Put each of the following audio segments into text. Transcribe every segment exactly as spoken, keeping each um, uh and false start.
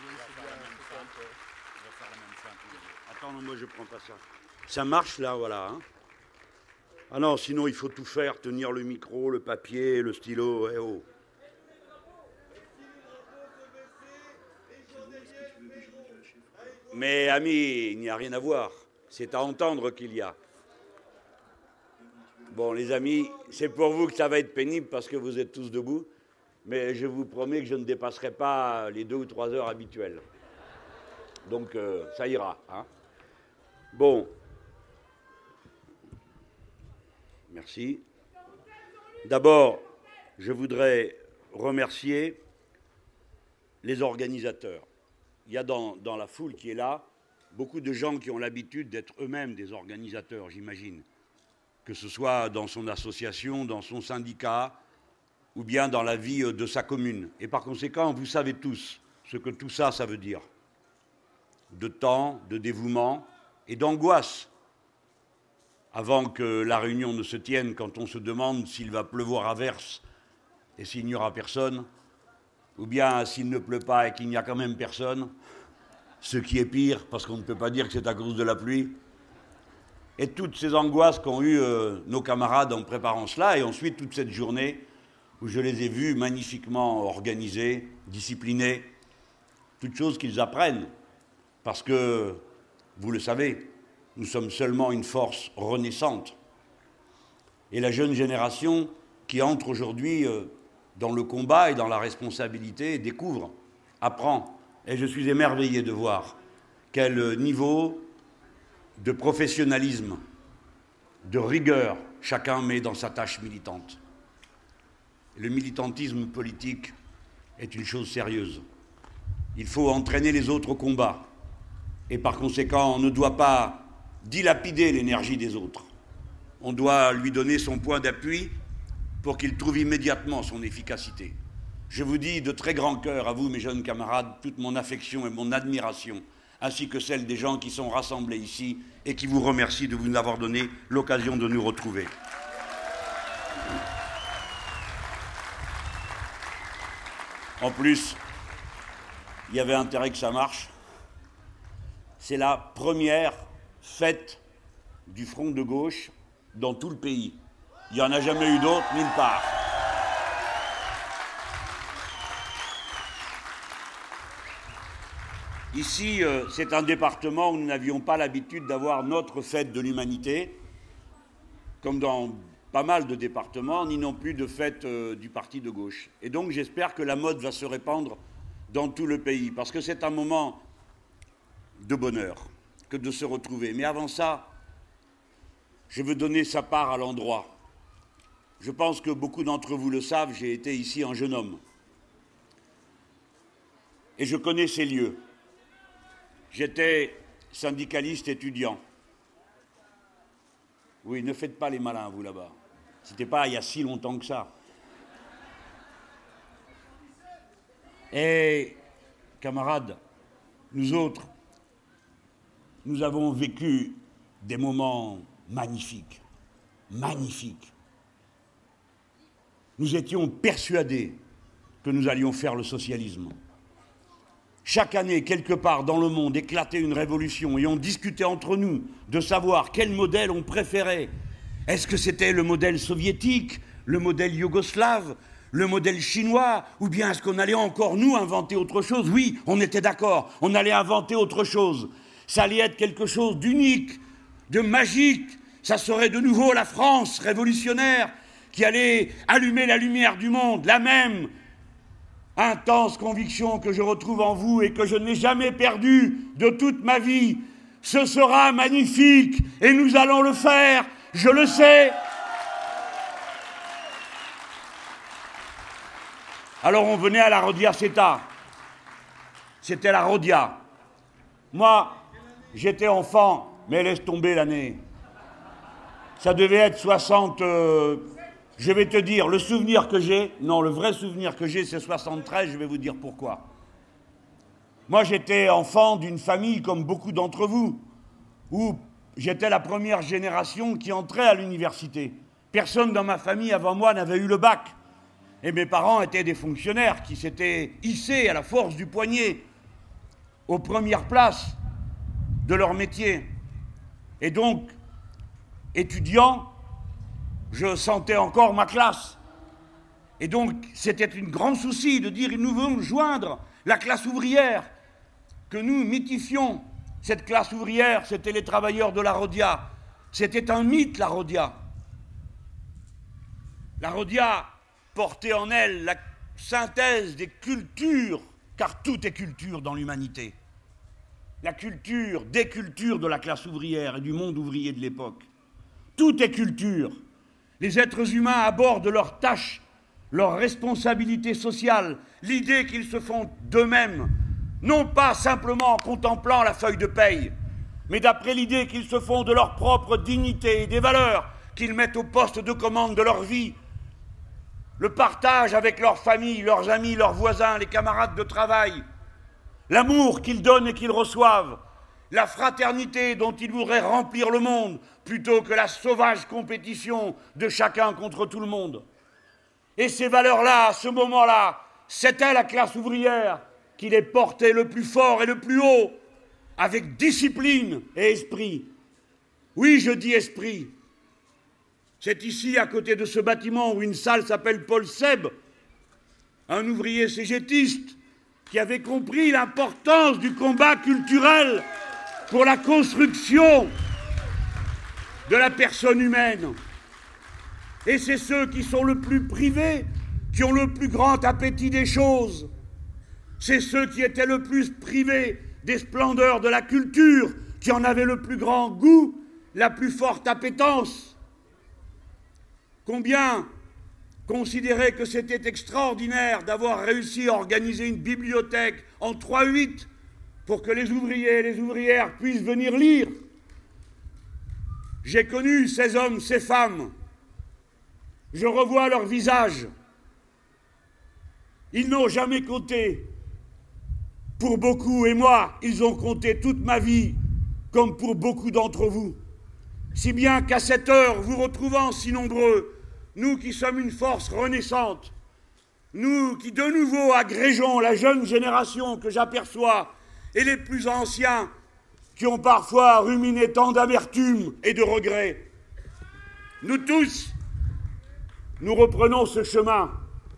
Attends, non, moi je prends pas ça. Ça marche là, voilà. Hein. Ah non, sinon il faut tout faire, tenir le micro, le papier, le stylo, eh oh. Mais amis, il n'y a rien à voir. C'est à entendre qu'il y a. Bon, les amis, c'est pour vous que ça va être pénible parce que vous êtes tous debout. Mais je vous promets que je ne dépasserai pas les deux ou trois heures habituelles. Donc, euh, ça ira. Hein. Bon. Merci. D'abord, je voudrais remercier les organisateurs. Il y a dans, dans la foule qui est là beaucoup de gens qui ont l'habitude d'être eux-mêmes des organisateurs, j'imagine. Que ce soit dans son association, dans son syndicat, ou bien dans la vie de sa commune. Et par conséquent, vous savez tous ce que tout ça, ça veut dire. De temps, de dévouement et d'angoisse. Avant que la réunion ne se tienne, quand on se demande s'il va pleuvoir à verse et s'il n'y aura personne, ou bien s'il ne pleut pas et qu'il n'y a quand même personne, ce qui est pire, parce qu'on ne peut pas dire que c'est à cause de la pluie, et toutes ces angoisses qu'ont eues euh, nos camarades en préparant cela, et ensuite toute cette journée où je les ai vus magnifiquement organisés, disciplinés, toutes choses qu'ils apprennent, parce que, vous le savez, nous sommes seulement une force renaissante. Et la jeune génération qui entre aujourd'hui euh, dans le combat et dans la responsabilité découvre, apprend. Et je suis émerveillé de voir quel niveau de professionnalisme, de rigueur chacun met dans sa tâche militante. Le militantisme politique est une chose sérieuse. Il faut entraîner les autres au combat. Et par conséquent, on ne doit pas dilapider l'énergie des autres. On doit lui donner son point d'appui pour qu'il trouve immédiatement son efficacité. Je vous dis de très grand cœur à vous, mes jeunes camarades, toute mon affection et mon admiration, ainsi que celle des gens qui sont rassemblés ici et qui vous remercient de vous avoir donné l'occasion de nous retrouver. En plus, il y avait intérêt que ça marche. C'est la première fête du Front de gauche dans tout le pays. Il n'y en a jamais eu d'autre, nulle part. Ici, euh, c'est un département où nous n'avions pas l'habitude d'avoir notre fête de l'humanité, comme dans pas mal de départements, ni non plus de fête euh, du parti de gauche. Et donc j'espère que la mode va se répandre dans tout le pays, parce que c'est un moment de bonheur que de se retrouver. Mais avant ça, je veux donner sa part à l'endroit. Je pense que beaucoup d'entre vous le savent, j'ai été ici un jeune homme. Et je connais ces lieux. J'étais syndicaliste étudiant. Oui, ne faites pas les malins, vous, là-bas. C'était pas il y a si longtemps que ça. Et, camarades, nous autres, nous avons vécu des moments magnifiques, magnifiques. Nous étions persuadés que nous allions faire le socialisme. Chaque année, quelque part dans le monde, éclatait une révolution et on discutait entre nous de savoir quel modèle on préférait. Est-ce que c'était le modèle soviétique, le modèle yougoslave, le modèle chinois, ou bien est-ce qu'on allait encore, nous, inventer autre chose? Oui, on était d'accord, on allait inventer autre chose. Ça allait être quelque chose d'unique, de magique. Ça serait de nouveau la France révolutionnaire qui allait allumer la lumière du monde, la même intense conviction que je retrouve en vous et que je n'ai jamais perdue de toute ma vie. Ce sera magnifique et nous allons le faire, je le sais. Alors on venait à la Rodia Seta. C'était la Rodia. Moi, j'étais enfant, mais laisse tomber l'année. Ça devait être soixante... Euh, je vais te dire, le souvenir que j'ai, non, le vrai souvenir que j'ai, c'est soixante-treize, je vais vous dire pourquoi. Moi, j'étais enfant d'une famille, comme beaucoup d'entre vous, où j'étais la première génération qui entrait à l'université. Personne dans ma famille avant moi n'avait eu le bac. Et mes parents étaient des fonctionnaires qui s'étaient hissés à la force du poignet aux premières places de leur métier. Et donc, étudiant, je sentais encore ma classe. Et donc, c'était un grand souci de dire, nous voulons joindre la classe ouvrière, que nous mythifions. Cette classe ouvrière, c'était les travailleurs de la Rhodia. C'était un mythe, la Rhodia. La Rhodia portait en elle la synthèse des cultures, car tout est culture dans l'humanité. La culture, des cultures de la classe ouvrière et du monde ouvrier de l'époque. Tout est culture. Les êtres humains abordent leurs tâches, leurs responsabilités sociales, l'idée qu'ils se font d'eux-mêmes, non pas simplement en contemplant la feuille de paye, mais d'après l'idée qu'ils se font de leur propre dignité et des valeurs qu'ils mettent au poste de commande de leur vie, le partage avec leur famille, leurs amis, leurs voisins, les camarades de travail, l'amour qu'ils donnent et qu'ils reçoivent, la fraternité dont ils voudraient remplir le monde, plutôt que la sauvage compétition de chacun contre tout le monde. Et ces valeurs-là, à ce moment-là, c'était la classe ouvrière qui les portait le plus fort et le plus haut, avec discipline et esprit. Oui, je dis esprit. C'est ici, à côté de ce bâtiment où une salle s'appelle Paul Seb, un ouvrier cégétiste qui avait compris l'importance du combat culturel pour la construction de la personne humaine. Et c'est ceux qui sont le plus privés, qui ont le plus grand appétit des choses. C'est ceux qui étaient le plus privés des splendeurs de la culture, qui en avaient le plus grand goût, la plus forte appétence. Combien considéraient que c'était extraordinaire d'avoir réussi à organiser une bibliothèque en trois huit pour que les ouvriers et les ouvrières puissent venir lire. J'ai connu ces hommes, ces femmes. Je revois leurs visages. Ils n'ont jamais compté. Pour beaucoup, et moi, ils ont compté toute ma vie, comme pour beaucoup d'entre vous. Si bien qu'à cette heure, vous retrouvant si nombreux, nous qui sommes une force renaissante, nous qui de nouveau agrégeons la jeune génération que j'aperçois, et les plus anciens qui ont parfois ruminé tant d'amertume et de regrets, nous tous, nous reprenons ce chemin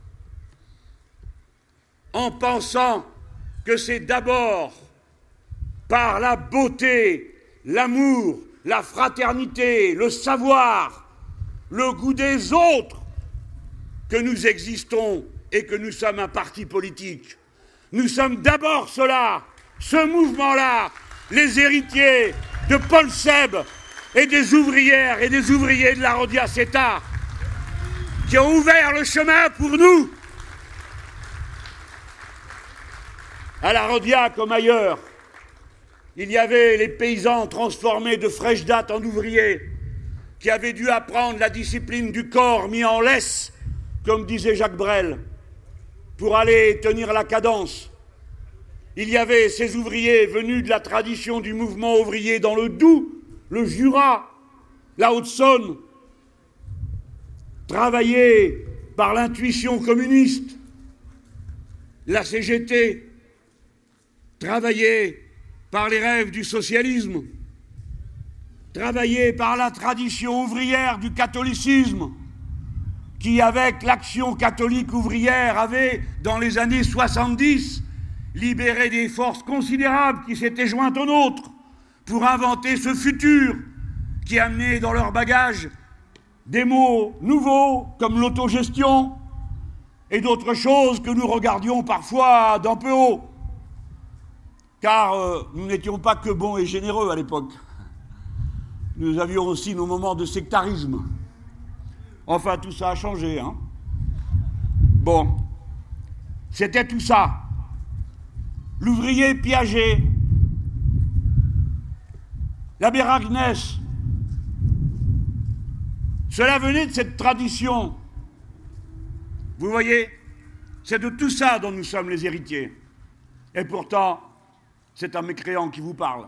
en pensant que c'est d'abord par la beauté, l'amour, la fraternité, le savoir, le goût des autres que nous existons et que nous sommes un parti politique. Nous sommes d'abord cela, ce mouvement-là, les héritiers de Paul Seb et des ouvrières et des ouvriers de la Rhodia Setat, qui ont ouvert le chemin pour nous. À la Rhodia comme ailleurs, il y avait les paysans transformés de fraîche date en ouvriers, qui avaient dû apprendre la discipline du corps mis en laisse, comme disait Jacques Brel, pour aller tenir la cadence. Il y avait ces ouvriers venus de la tradition du mouvement ouvrier dans le Doubs, le Jura, la Haute-Saône, travaillés par l'intuition communiste, la C G T, travaillés par les rêves du socialisme, travaillés par la tradition ouvrière du catholicisme, qui, avec l'action catholique ouvrière, avait, dans les années soixante-dix, libéré des forces considérables qui s'étaient jointes aux nôtres pour inventer ce futur qui amenait dans leur bagage des mots nouveaux comme l'autogestion et d'autres choses que nous regardions parfois d'un peu haut. Car euh, nous n'étions pas que bons et généreux à l'époque. Nous avions aussi nos moments de sectarisme. Enfin, tout ça a changé, hein. Bon, c'était tout ça. L'ouvrier Piaget, l'abbé Ragnès, cela venait de cette tradition. Vous voyez, c'est de tout ça dont nous sommes les héritiers. Et pourtant, c'est un mécréant qui vous parle.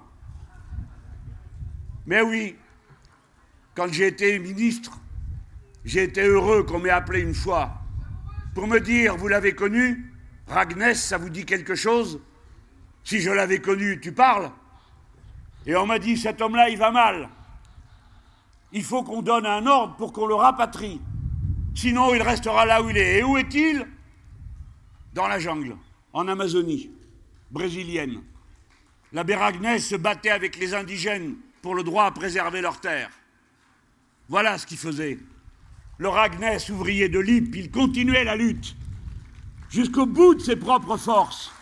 Mais oui, quand j'ai été ministre, j'ai été heureux qu'on m'ait appelé une fois pour me dire, vous l'avez connu, Ragnès, ça vous dit quelque chose? Si je l'avais connu, tu parles? Et on m'a dit, cet homme-là, il va mal. Il faut qu'on donne un ordre pour qu'on le rapatrie. Sinon, il restera là où il est. Et où est-il? Dans la jungle, en Amazonie, brésilienne. La Béragnès se battait avec les indigènes pour le droit à préserver leurs terres. Voilà ce qu'il faisait. Le Ragnès, ouvrier de l'I P, il continuait la lutte jusqu'au bout de ses propres forces.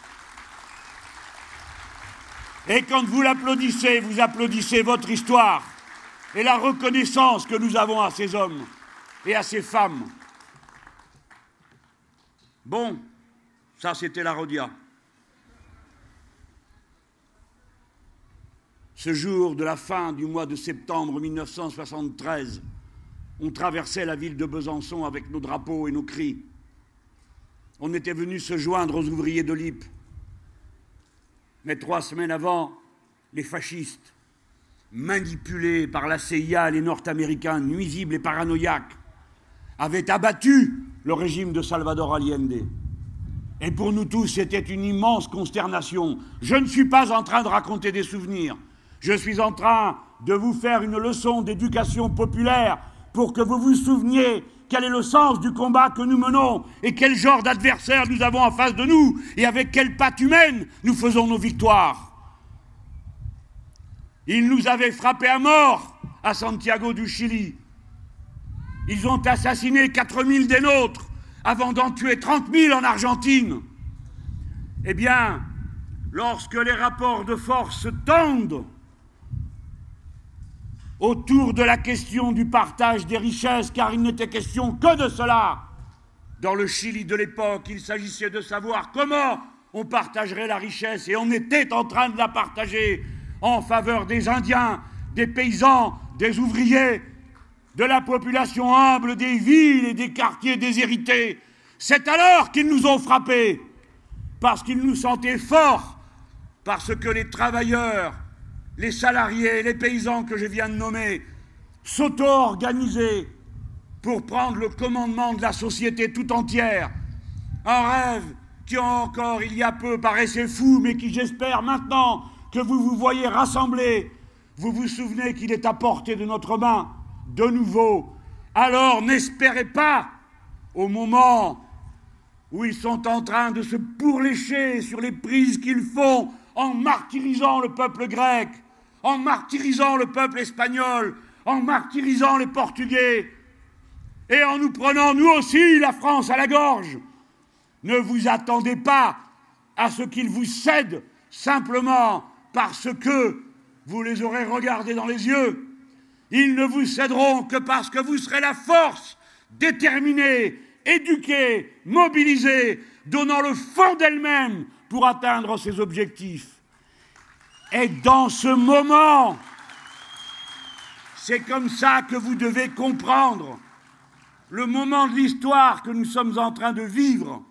Et quand vous l'applaudissez, vous applaudissez votre histoire et la reconnaissance que nous avons à ces hommes et à ces femmes. Bon, ça c'était la Rodia. Ce jour de la fin du mois de septembre mille neuf cent soixante-treize, on traversait la ville de Besançon avec nos drapeaux et nos cris. On était venu se joindre aux ouvriers de l'I P. Mais trois semaines avant, les fascistes, manipulés par la C I A et les Nord-Américains, nuisibles et paranoïaques, avaient abattu le régime de Salvador Allende. Et pour nous tous, c'était une immense consternation. Je ne suis pas en train de raconter des souvenirs. Je suis en train de vous faire une leçon d'éducation populaire pour que vous vous souveniez quel est le sens du combat que nous menons et quel genre d'adversaire nous avons en face de nous et avec quelle patte humaine nous faisons nos victoires. Ils nous avaient frappés à mort à Santiago du Chili. Ils ont assassiné quatre mille des nôtres avant d'en tuer trente mille en Argentine. Eh bien, lorsque les rapports de force se tendent autour de la question du partage des richesses, car il n'était question que de cela. Dans le Chili de l'époque, il s'agissait de savoir comment on partagerait la richesse, et on était en train de la partager en faveur des Indiens, des paysans, des ouvriers, de la population humble des villes et des quartiers déshérités. C'est alors qu'ils nous ont frappés, parce qu'ils nous sentaient forts, parce que les travailleurs, les salariés, les paysans que je viens de nommer, s'auto-organisaient pour prendre le commandement de la société tout entière. Un rêve qui encore il y a peu paraissait fou, mais qui j'espère maintenant que vous vous voyez rassemblés, vous vous souvenez qu'il est à portée de notre main, de nouveau. Alors n'espérez pas, au moment où ils sont en train de se pourlécher sur les prises qu'ils font en martyrisant le peuple grec, en martyrisant le peuple espagnol, en martyrisant les Portugais, et en nous prenant, nous aussi, la France à la gorge. Ne vous attendez pas à ce qu'ils vous cèdent simplement parce que vous les aurez regardés dans les yeux. Ils ne vous céderont que parce que vous serez la force déterminée, éduquée, mobilisée, donnant le fond d'elle-même pour atteindre ses objectifs. Et dans ce moment, c'est comme ça que vous devez comprendre le moment de l'histoire que nous sommes en train de vivre.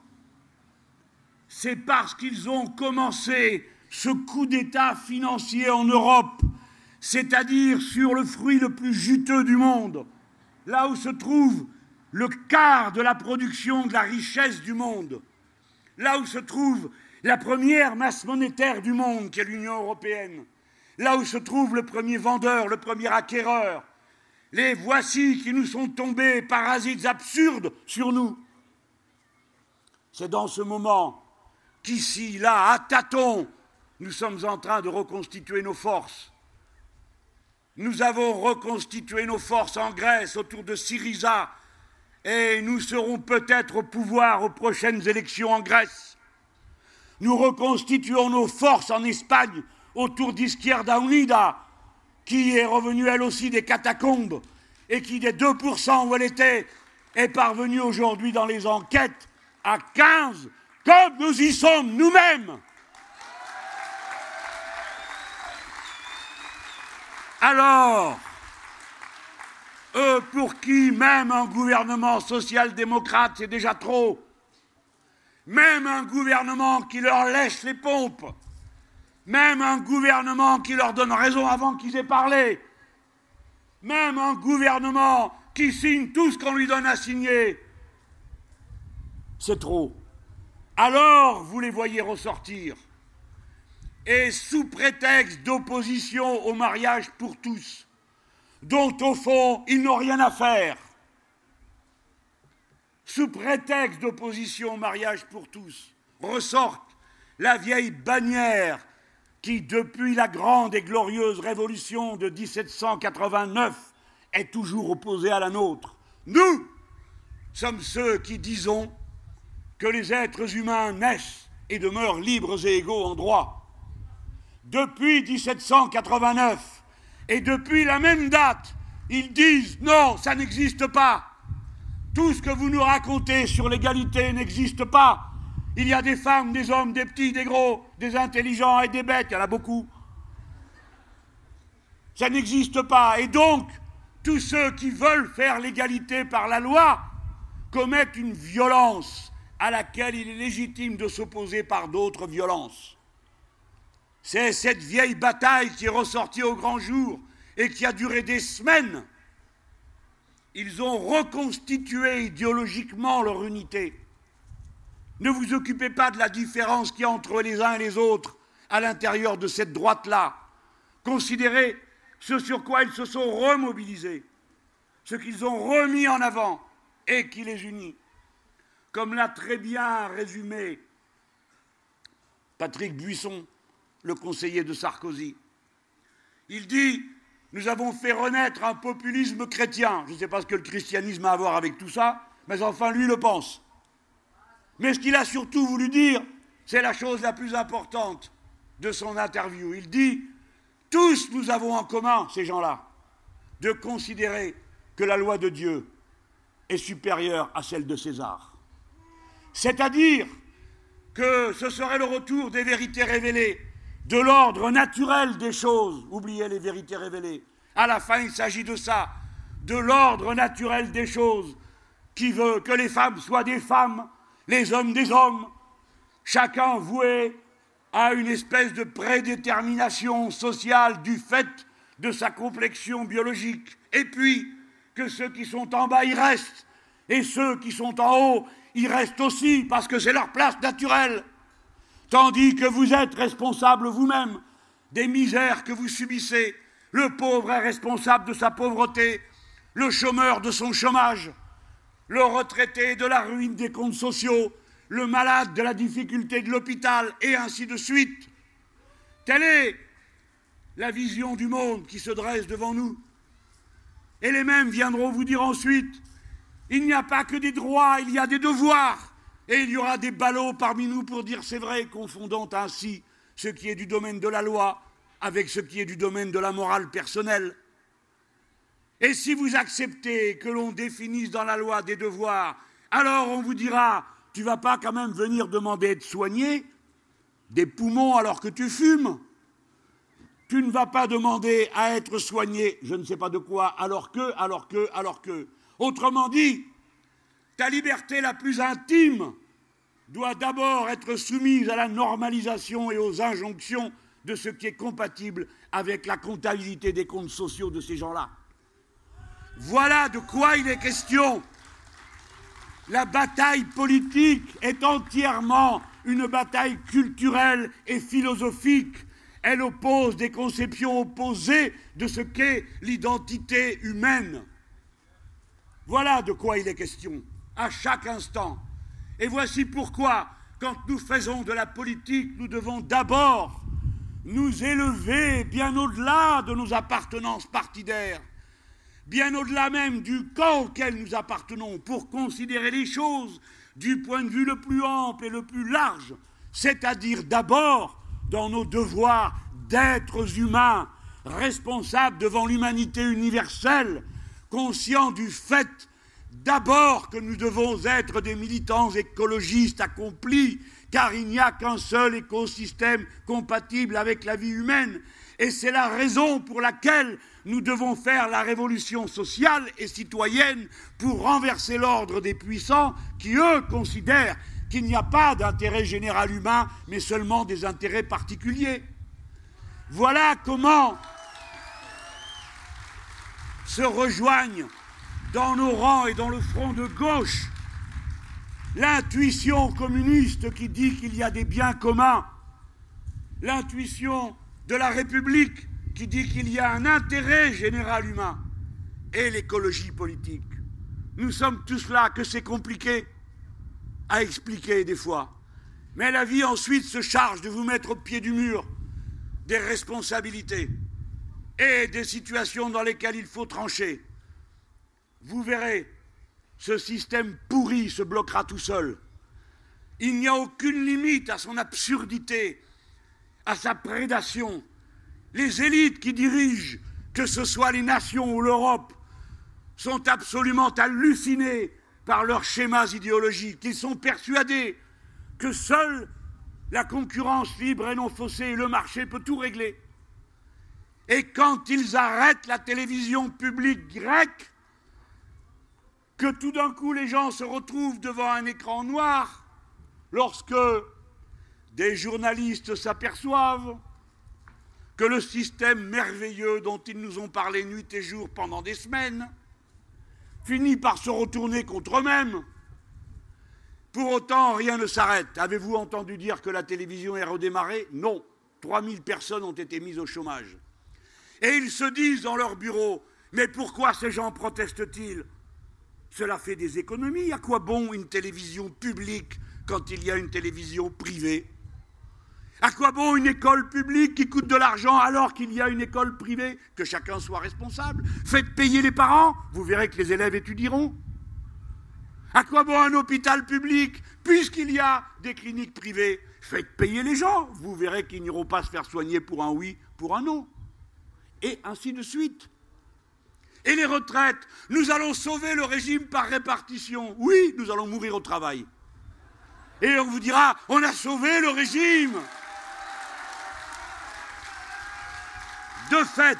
C'est parce qu'ils ont commencé ce coup d'État financier en Europe, c'est-à-dire sur le fruit le plus juteux du monde, là où se trouve le quart de la production de la richesse du monde, là où se trouve la première masse monétaire du monde, qui est l'Union européenne, là où se trouve le premier vendeur, le premier acquéreur, les voici qui nous sont tombés, parasites absurdes sur nous. C'est dans ce moment qu'ici, là, à tâtons, nous sommes en train de reconstituer nos forces. Nous avons reconstitué nos forces en Grèce autour de Syriza et nous serons peut-être au pouvoir aux prochaines élections en Grèce. Nous reconstituons nos forces en Espagne autour d'Izquierda Unida, qui est revenue elle aussi des catacombes et qui, des deux pour cent où elle était, est parvenue aujourd'hui dans les enquêtes à quinze, comme nous y sommes nous-mêmes. Alors, eux pour qui même un gouvernement social-démocrate, c'est déjà trop, même un gouvernement qui leur lèche les pompes, même un gouvernement qui leur donne raison avant qu'ils aient parlé, même un gouvernement qui signe tout ce qu'on lui donne à signer, c'est trop. Alors, vous les voyez ressortir. et sous prétexte d'opposition au mariage pour tous, dont au fond ils n'ont rien à faire, sous prétexte d'opposition au mariage pour tous, ressortent la vieille bannière qui, depuis la grande et glorieuse révolution de dix-sept cent quatre-vingt-neuf, est toujours opposée à la nôtre. Nous sommes ceux qui disons que les êtres humains naissent et demeurent libres et égaux en droit. Depuis dix-sept cent quatre-vingt-neuf, et depuis la même date, ils disent « Non, ça n'existe pas. Tout ce que vous nous racontez sur l'égalité n'existe pas. Il y a des femmes, des hommes, des petits, des gros, des intelligents et des bêtes, il y en a beaucoup. Ça n'existe pas. Et donc, tous ceux qui veulent faire l'égalité par la loi commettent une violence à laquelle il est légitime de s'opposer par d'autres violences. C'est cette vieille bataille qui est ressortie au grand jour et qui a duré des semaines. Ils ont reconstitué idéologiquement leur unité. Ne vous occupez pas de la différence qu'il y a entre les uns et les autres à l'intérieur de cette droite-là. Considérez ce sur quoi ils se sont remobilisés, ce qu'ils ont remis en avant et qui les unit. Comme l'a très bien résumé Patrick Buisson, le conseiller de Sarkozy. Il dit « Nous avons fait renaître un populisme chrétien ». Je ne sais pas ce que le christianisme a à voir avec tout ça, mais enfin lui le pense. Mais ce qu'il a surtout voulu dire, c'est la chose la plus importante de son interview. Il dit « Tous nous avons en commun, ces gens-là, de considérer que la loi de Dieu est supérieure à celle de César. » C'est-à-dire que ce serait le retour des vérités révélées, de l'ordre naturel des choses. Oubliez les vérités révélées. À la fin, il s'agit de ça, de l'ordre naturel des choses, qui veut que les femmes soient des femmes, les hommes des hommes, chacun voué à une espèce de prédétermination sociale du fait de sa complexion biologique. Et puis, que ceux qui sont en bas y restent, et ceux qui sont en haut y restent aussi, parce que c'est leur place naturelle. Tandis que vous êtes responsable vous-même des misères que vous subissez. Le pauvre est responsable de sa pauvreté, le chômeur de son chômage, le retraité de la ruine des comptes sociaux, le malade de la difficulté de l'hôpital, et ainsi de suite. Telle est la vision du monde qui se dresse devant nous. Et les mêmes viendront vous dire ensuite, il n'y a pas que des droits, il y a des devoirs. Et il y aura des ballots parmi nous pour dire c'est vrai, confondant ainsi ce qui est du domaine de la loi avec ce qui est du domaine de la morale personnelle. Et si vous acceptez que l'on définisse dans la loi des devoirs, alors on vous dira, tu ne vas pas quand même venir demander à être soigné des poumons alors que tu fumes. Tu ne vas pas demander à être soigné, je ne sais pas de quoi, alors que, alors que, alors que. Autrement dit, ta liberté la plus intime doit d'abord être soumise à la normalisation et aux injonctions de ce qui est compatible avec la comptabilité des comptes sociaux de ces gens-là. Voilà de quoi il est question. La bataille politique est entièrement une bataille culturelle et philosophique. Elle oppose des conceptions opposées de ce qu'est l'identité humaine. Voilà de quoi il est question, à chaque instant. Et voici pourquoi, quand nous faisons de la politique, nous devons d'abord nous élever bien au-delà de nos appartenances partidaires, bien au-delà même du camp auquel nous appartenons, pour considérer les choses du point de vue le plus ample et le plus large, c'est-à-dire d'abord dans nos devoirs d'êtres humains, responsables devant l'humanité universelle, conscients du fait d'abord que nous devons être des militants écologistes accomplis, car il n'y a qu'un seul écosystème compatible avec la vie humaine. Et c'est la raison pour laquelle nous devons faire la révolution sociale et citoyenne pour renverser l'ordre des puissants qui, eux, considèrent qu'il n'y a pas d'intérêt général humain, mais seulement des intérêts particuliers. Voilà comment se rejoignent dans nos rangs et dans le front de gauche l'intuition communiste qui dit qu'il y a des biens communs l'intuition de la République qui dit qu'il y a un intérêt général humain et l'écologie politique. Nous sommes tous là, que c'est compliqué à expliquer des fois. Mais la vie ensuite se charge de vous mettre au pied du mur des responsabilités et des situations dans lesquelles il faut trancher. Vous verrez, ce système pourri se bloquera tout seul. Il n'y a aucune limite à son absurdité, à sa prédation. Les élites qui dirigent, que ce soit les nations ou l'Europe, sont absolument hallucinées par leurs schémas idéologiques. Ils sont persuadés que seule la concurrence libre et non faussée et le marché peut tout régler. Et quand ils arrêtent la télévision publique grecque, que tout d'un coup les gens se retrouvent devant un écran noir, lorsque des journalistes s'aperçoivent que le système merveilleux dont ils nous ont parlé nuit et jour pendant des semaines finit par se retourner contre eux-mêmes. Pour autant, rien ne s'arrête. Avez-vous entendu dire que la télévision est redémarrée? Non. trois mille personnes ont été mises au chômage. Et ils se disent dans leur bureau, mais pourquoi ces gens protestent-ils? Cela fait des économies. À quoi bon une télévision publique quand il y a une télévision privée? À quoi bon une école publique qui coûte de l'argent alors qu'il y a une école privée? Que chacun soit responsable. Faites payer les parents, vous verrez que les élèves étudieront. À quoi bon un hôpital public puisqu'il y a des cliniques privées? Faites payer les gens, vous verrez qu'ils n'iront pas se faire soigner pour un oui, pour un non. Et ainsi de suite. Et les retraites, nous allons sauver le régime par répartition. Oui, nous allons mourir au travail. Et on vous dira, on a sauvé le régime. De fait,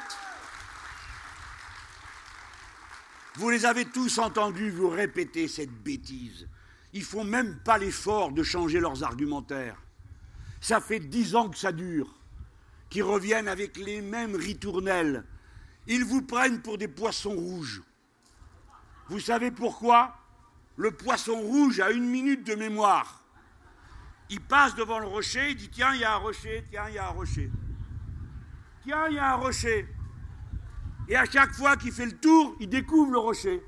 vous les avez tous entendus vous répéter cette bêtise. Ils ne font même pas l'effort de changer leurs argumentaires. Ça fait dix ans que ça dure, qu'ils reviennent avec les mêmes ritournelles. Ils vous prennent pour des poissons rouges. Vous savez pourquoi? Le poisson rouge a une minute de mémoire. Il passe devant le rocher, il dit « Tiens, il y a un rocher, tiens, il y a un rocher. Tiens, il y a un rocher. » Et à chaque fois qu'il fait le tour, il découvre le rocher.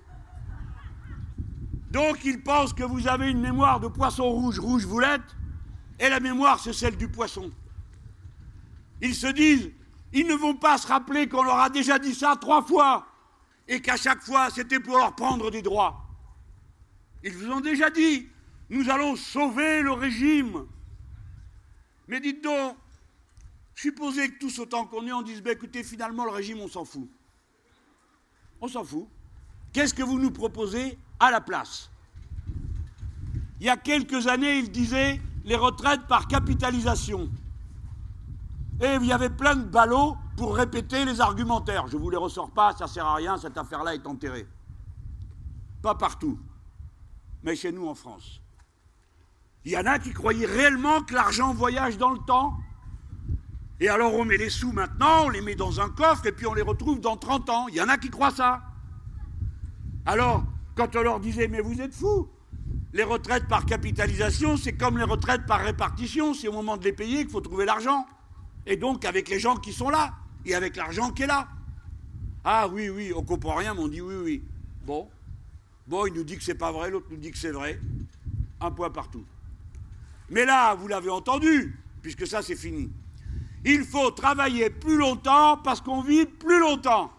Donc il pense que vous avez une mémoire de poisson rouge, rouge vous l'êtes, et la mémoire c'est celle du poisson. Ils se disent, ils ne vont pas se rappeler qu'on leur a déjà dit ça trois fois, et qu'à chaque fois c'était pour leur prendre des droits. Ils vous ont déjà dit, nous allons sauver le régime. Mais dites donc, supposez que tous autant qu'on est, on dise, bah, écoutez, finalement le régime on s'en fout. On s'en fout. Qu'est-ce que vous nous proposez à la place? Il y a quelques années, il disait les retraites par capitalisation. Et il y avait plein de ballots pour répéter les argumentaires. Je ne vous les ressors pas, ça ne sert à rien, cette affaire-là est enterrée. Pas partout, mais chez nous en France. Il y en a qui croyaient réellement que l'argent voyage dans le temps. Et alors on met les sous maintenant, on les met dans un coffre et puis on les retrouve dans trente ans. Il y en a qui croient ça. Alors, quand on leur disait, mais vous êtes fous, les retraites par capitalisation, c'est comme les retraites par répartition, c'est au moment de les payer qu'il faut trouver l'argent. Et donc avec les gens qui sont là, et avec l'argent qui est là. Ah oui, oui, on ne comprend rien, mais on dit oui, oui. Bon, bon, il nous dit que c'est pas vrai, l'autre nous dit que c'est vrai. Un point partout. Mais là, vous l'avez entendu, puisque ça c'est fini. Il faut travailler plus longtemps parce qu'on vit plus longtemps.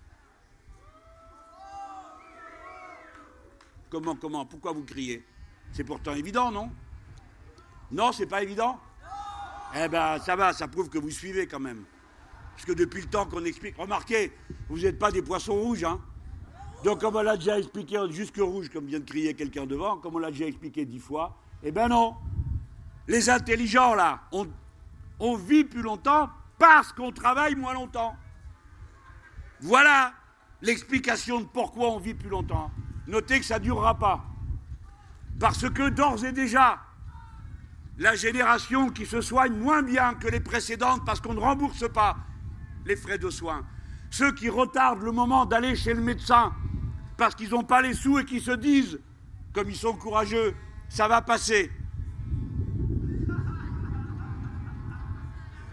Comment, comment? Pourquoi vous criez? C'est pourtant évident, non? Non, c'est pas évident? Eh bien, ça va, ça prouve que vous suivez quand même. Parce que depuis le temps qu'on explique... Remarquez, vous n'êtes pas des poissons rouges, hein? Donc, comme on l'a déjà expliqué, jusque rouge, comme vient de crier quelqu'un devant, comme on l'a déjà expliqué dix fois, eh ben non. Les intelligents, là, on, on vit plus longtemps parce qu'on travaille moins longtemps. Voilà l'explication de pourquoi on vit plus longtemps. Notez que ça ne durera pas. Parce que d'ores et déjà, la génération qui se soigne moins bien que les précédentes parce qu'on ne rembourse pas les frais de soins, ceux qui retardent le moment d'aller chez le médecin parce qu'ils n'ont pas les sous et qui se disent, comme ils sont courageux, ça va passer.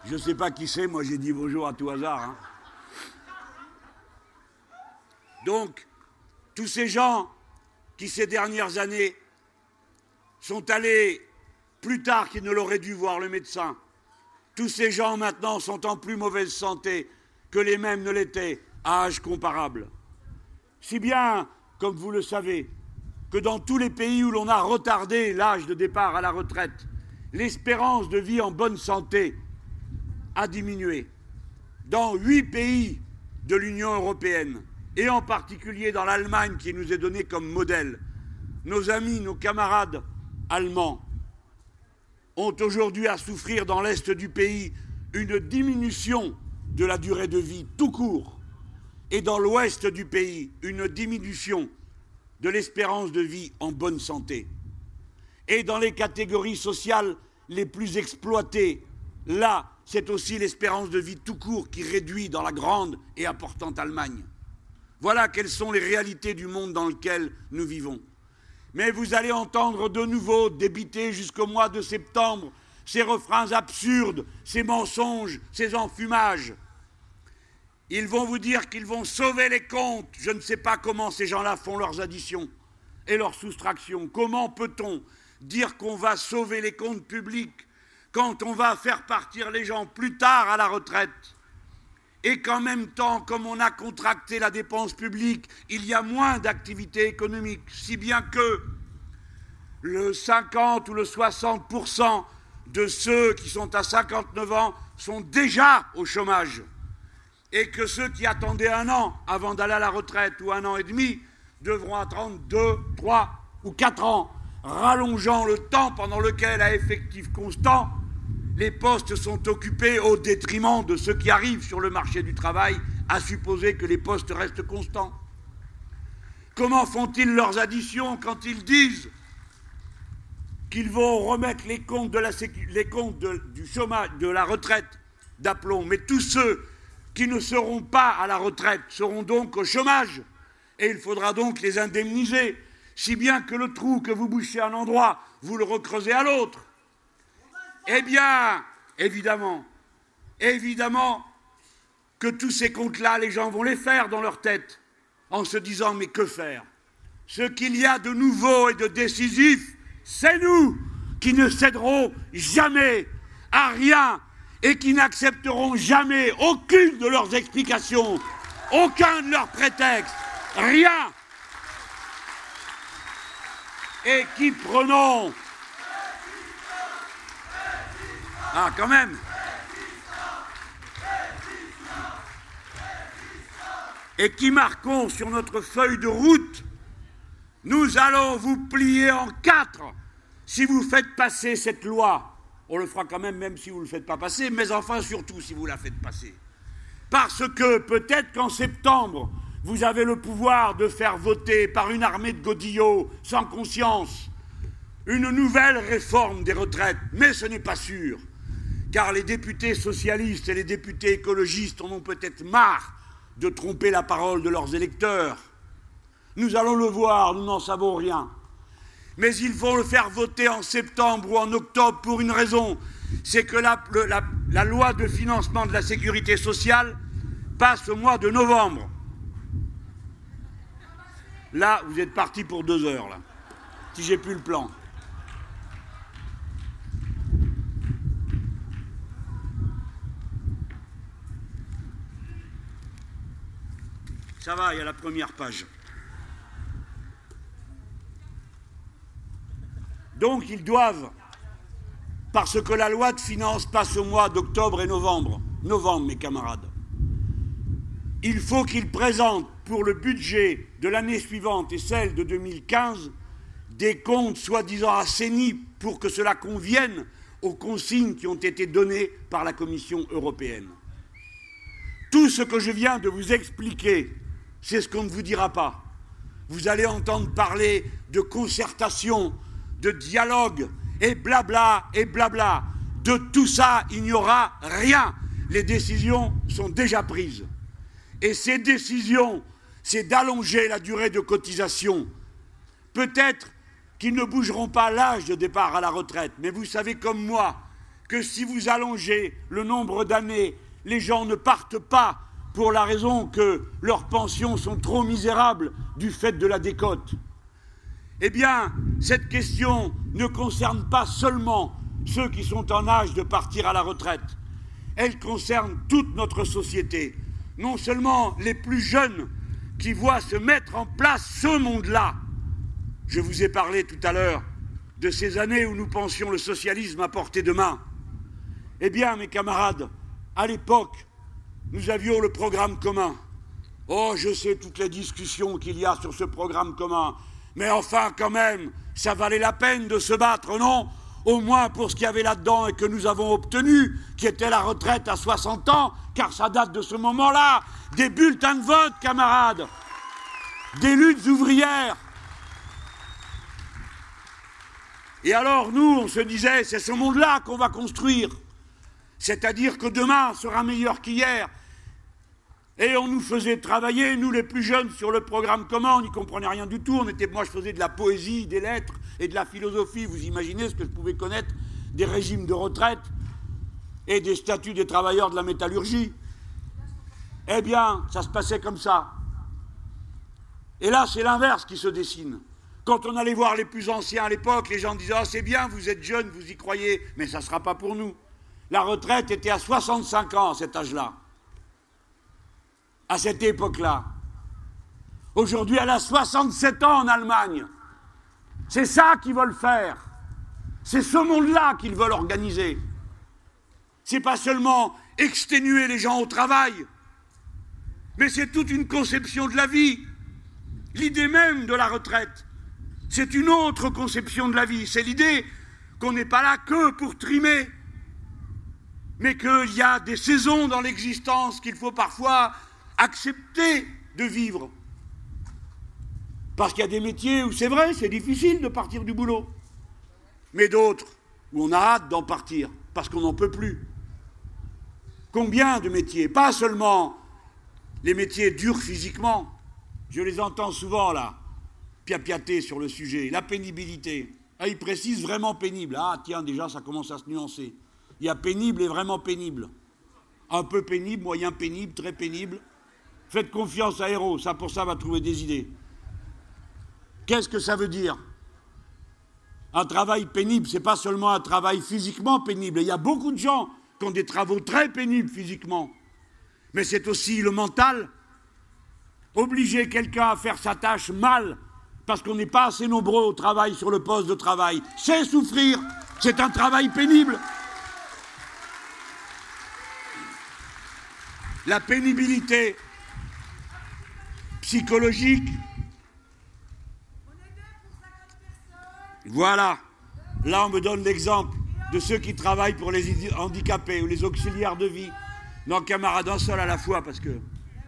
Je ne sais pas qui c'est, moi j'ai dit bonjour à tout hasard. Hein. Donc, tous ces gens qui, ces dernières années, sont allés plus tard qu'ils ne l'auraient dû voir le médecin, tous ces gens maintenant sont en plus mauvaise santé que les mêmes ne l'étaient à âge comparable. Si bien, comme vous le savez, que dans tous les pays où l'on a retardé l'âge de départ à la retraite, l'espérance de vie en bonne santé a diminué. Dans huit pays de l'Union européenne, et en particulier dans l'Allemagne qui nous est donnée comme modèle, nos amis, nos camarades allemands ont aujourd'hui à souffrir dans l'est du pays une diminution de la durée de vie tout court, et dans l'ouest du pays une diminution de l'espérance de vie en bonne santé. Et dans les catégories sociales les plus exploitées, là, c'est aussi l'espérance de vie tout court qui réduit dans la grande et importante Allemagne. Voilà quelles sont les réalités du monde dans lequel nous vivons. Mais vous allez entendre de nouveau débiter jusqu'au mois de septembre ces refrains absurdes, ces mensonges, ces enfumages. Ils vont vous dire qu'ils vont sauver les comptes. Je ne sais pas comment ces gens-là font leurs additions et leurs soustractions. Comment peut-on dire qu'on va sauver les comptes publics quand on va faire partir les gens plus tard à la retraite et qu'en même temps, comme on a contracté la dépense publique, il y a moins d'activité économique, si bien que le cinquante ou le soixante pour cent de ceux qui sont à cinquante-neuf ans sont déjà au chômage, et que ceux qui attendaient un an avant d'aller à la retraite ou un an et demi devront attendre deux, trois ou quatre ans, rallongeant le temps pendant lequel, à effectif constant, les postes sont occupés au détriment de ceux qui arrivent sur le marché du travail, à supposer que les postes restent constants. Comment font-ils leurs additions quand ils disent qu'ils vont remettre les comptes, de la sécu, les comptes de, du chômage, de la retraite d'aplomb, mais tous ceux qui ne seront pas à la retraite seront donc au chômage, et il faudra donc les indemniser, si bien que le trou que vous bouchez à un endroit, vous le recreusez à l'autre. Eh bien, évidemment, évidemment que tous ces comptes-là, les gens vont les faire dans leur tête, en se disant, mais que faire? Ce qu'il y a de nouveau et de décisif, c'est nous qui ne céderons jamais à rien et qui n'accepteront jamais aucune de leurs explications, aucun de leurs prétextes, rien. Et qui prenons... Ah, quand même. Et qui marquons sur notre feuille de route, nous allons vous plier en quatre si vous faites passer cette loi. On le fera quand même, même si vous ne le faites pas passer, mais enfin surtout si vous la faites passer. Parce que peut-être qu'en septembre, vous avez le pouvoir de faire voter par une armée de godillots sans conscience une nouvelle réforme des retraites, mais ce n'est pas sûr. Car les députés socialistes et les députés écologistes en ont peut-être marre de tromper la parole de leurs électeurs. Nous allons le voir, nous n'en savons rien. Mais ils vont le faire voter en septembre ou en octobre pour une raison, c'est que la, le, la, la loi de financement de la sécurité sociale passe au mois de novembre. Là, vous êtes partis pour deux heures, là, si j'ai plus le plan. Ça va, il y a la première page. Donc ils doivent, parce que la loi de finances passe au mois d'octobre et novembre, novembre mes camarades, il faut qu'ils présentent pour le budget de l'année suivante et celle de deux mille quinze des comptes soi-disant assainis pour que cela convienne aux consignes qui ont été données par la Commission européenne. Tout ce que je viens de vous expliquer, c'est ce qu'on ne vous dira pas. Vous allez entendre parler de concertation, de dialogue, et blabla, et blabla. De tout ça, il n'y aura rien. Les décisions sont déjà prises. Et ces décisions, c'est d'allonger la durée de cotisation. Peut-être qu'ils ne bougeront pas l'âge de départ à la retraite, mais vous savez comme moi que si vous allongez le nombre d'années, les gens ne partent pas pour la raison que leurs pensions sont trop misérables du fait de la décote. Eh bien, cette question ne concerne pas seulement ceux qui sont en âge de partir à la retraite. Elle concerne toute notre société. Non seulement les plus jeunes qui voient se mettre en place ce monde-là. Je vous ai parlé tout à l'heure de ces années où nous pensions le socialisme à portée de main. Eh bien, mes camarades, à l'époque, nous avions le programme commun. Oh, je sais toutes les discussions qu'il y a sur ce programme commun, mais enfin, quand même, ça valait la peine de se battre, non ? Au moins pour ce qu'il y avait là-dedans et que nous avons obtenu, qui était la retraite à soixante ans, car ça date de ce moment-là, des bulletins de vote, camarades, des luttes ouvrières. Et alors, nous, on se disait, c'est ce monde-là qu'on va construire. C'est-à-dire que demain sera meilleur qu'hier. Et on nous faisait travailler, nous les plus jeunes, sur le programme commun, on n'y comprenait rien du tout. On était, moi, je faisais de la poésie, des lettres et de la philosophie. Vous imaginez ce que je pouvais connaître des régimes de retraite et des statuts des travailleurs de la métallurgie. Eh bien, ça se passait comme ça. Et là, c'est l'inverse qui se dessine. Quand on allait voir les plus anciens à l'époque, les gens disaient « Ah, c'est bien, vous êtes jeunes, vous y croyez, mais ça ne sera pas pour nous. » La retraite était à soixante-cinq ans à cet âge-là. À cette époque-là. Aujourd'hui, elle a soixante-sept ans en Allemagne. C'est ça qu'ils veulent faire. C'est ce monde-là qu'ils veulent organiser. C'est pas seulement exténuer les gens au travail, mais c'est toute une conception de la vie. L'idée même de la retraite, c'est une autre conception de la vie. C'est l'idée qu'on n'est pas là que pour trimer, mais qu'il y a des saisons dans l'existence qu'il faut parfois accepter de vivre. Parce qu'il y a des métiers où c'est vrai, c'est difficile de partir du boulot. Mais d'autres où on a hâte d'en partir, parce qu'on n'en peut plus. Combien de métiers? Pas seulement les métiers durs physiquement. Je les entends souvent, là, piapiater sur le sujet. La pénibilité. Ah, ils précisent vraiment pénible. Ah, tiens, déjà, ça commence à se nuancer. Il y a pénible et vraiment pénible. Un peu pénible, moyen pénible, très pénible. Faites confiance à Héros, ça pour ça va trouver des idées. Qu'est-ce que ça veut dire? Un travail pénible, c'est pas seulement un travail physiquement pénible. Il y a beaucoup de gens qui ont des travaux très pénibles physiquement. Mais c'est aussi le mental. Obliger quelqu'un à faire sa tâche mal, parce qu'on n'est pas assez nombreux au travail sur le poste de travail, c'est souffrir. C'est un travail pénible. La pénibilité psychologique. Voilà. Là, on me donne l'exemple de ceux qui travaillent pour les handicapés ou les auxiliaires de vie. Non, camarades, un seul à la fois, parce que...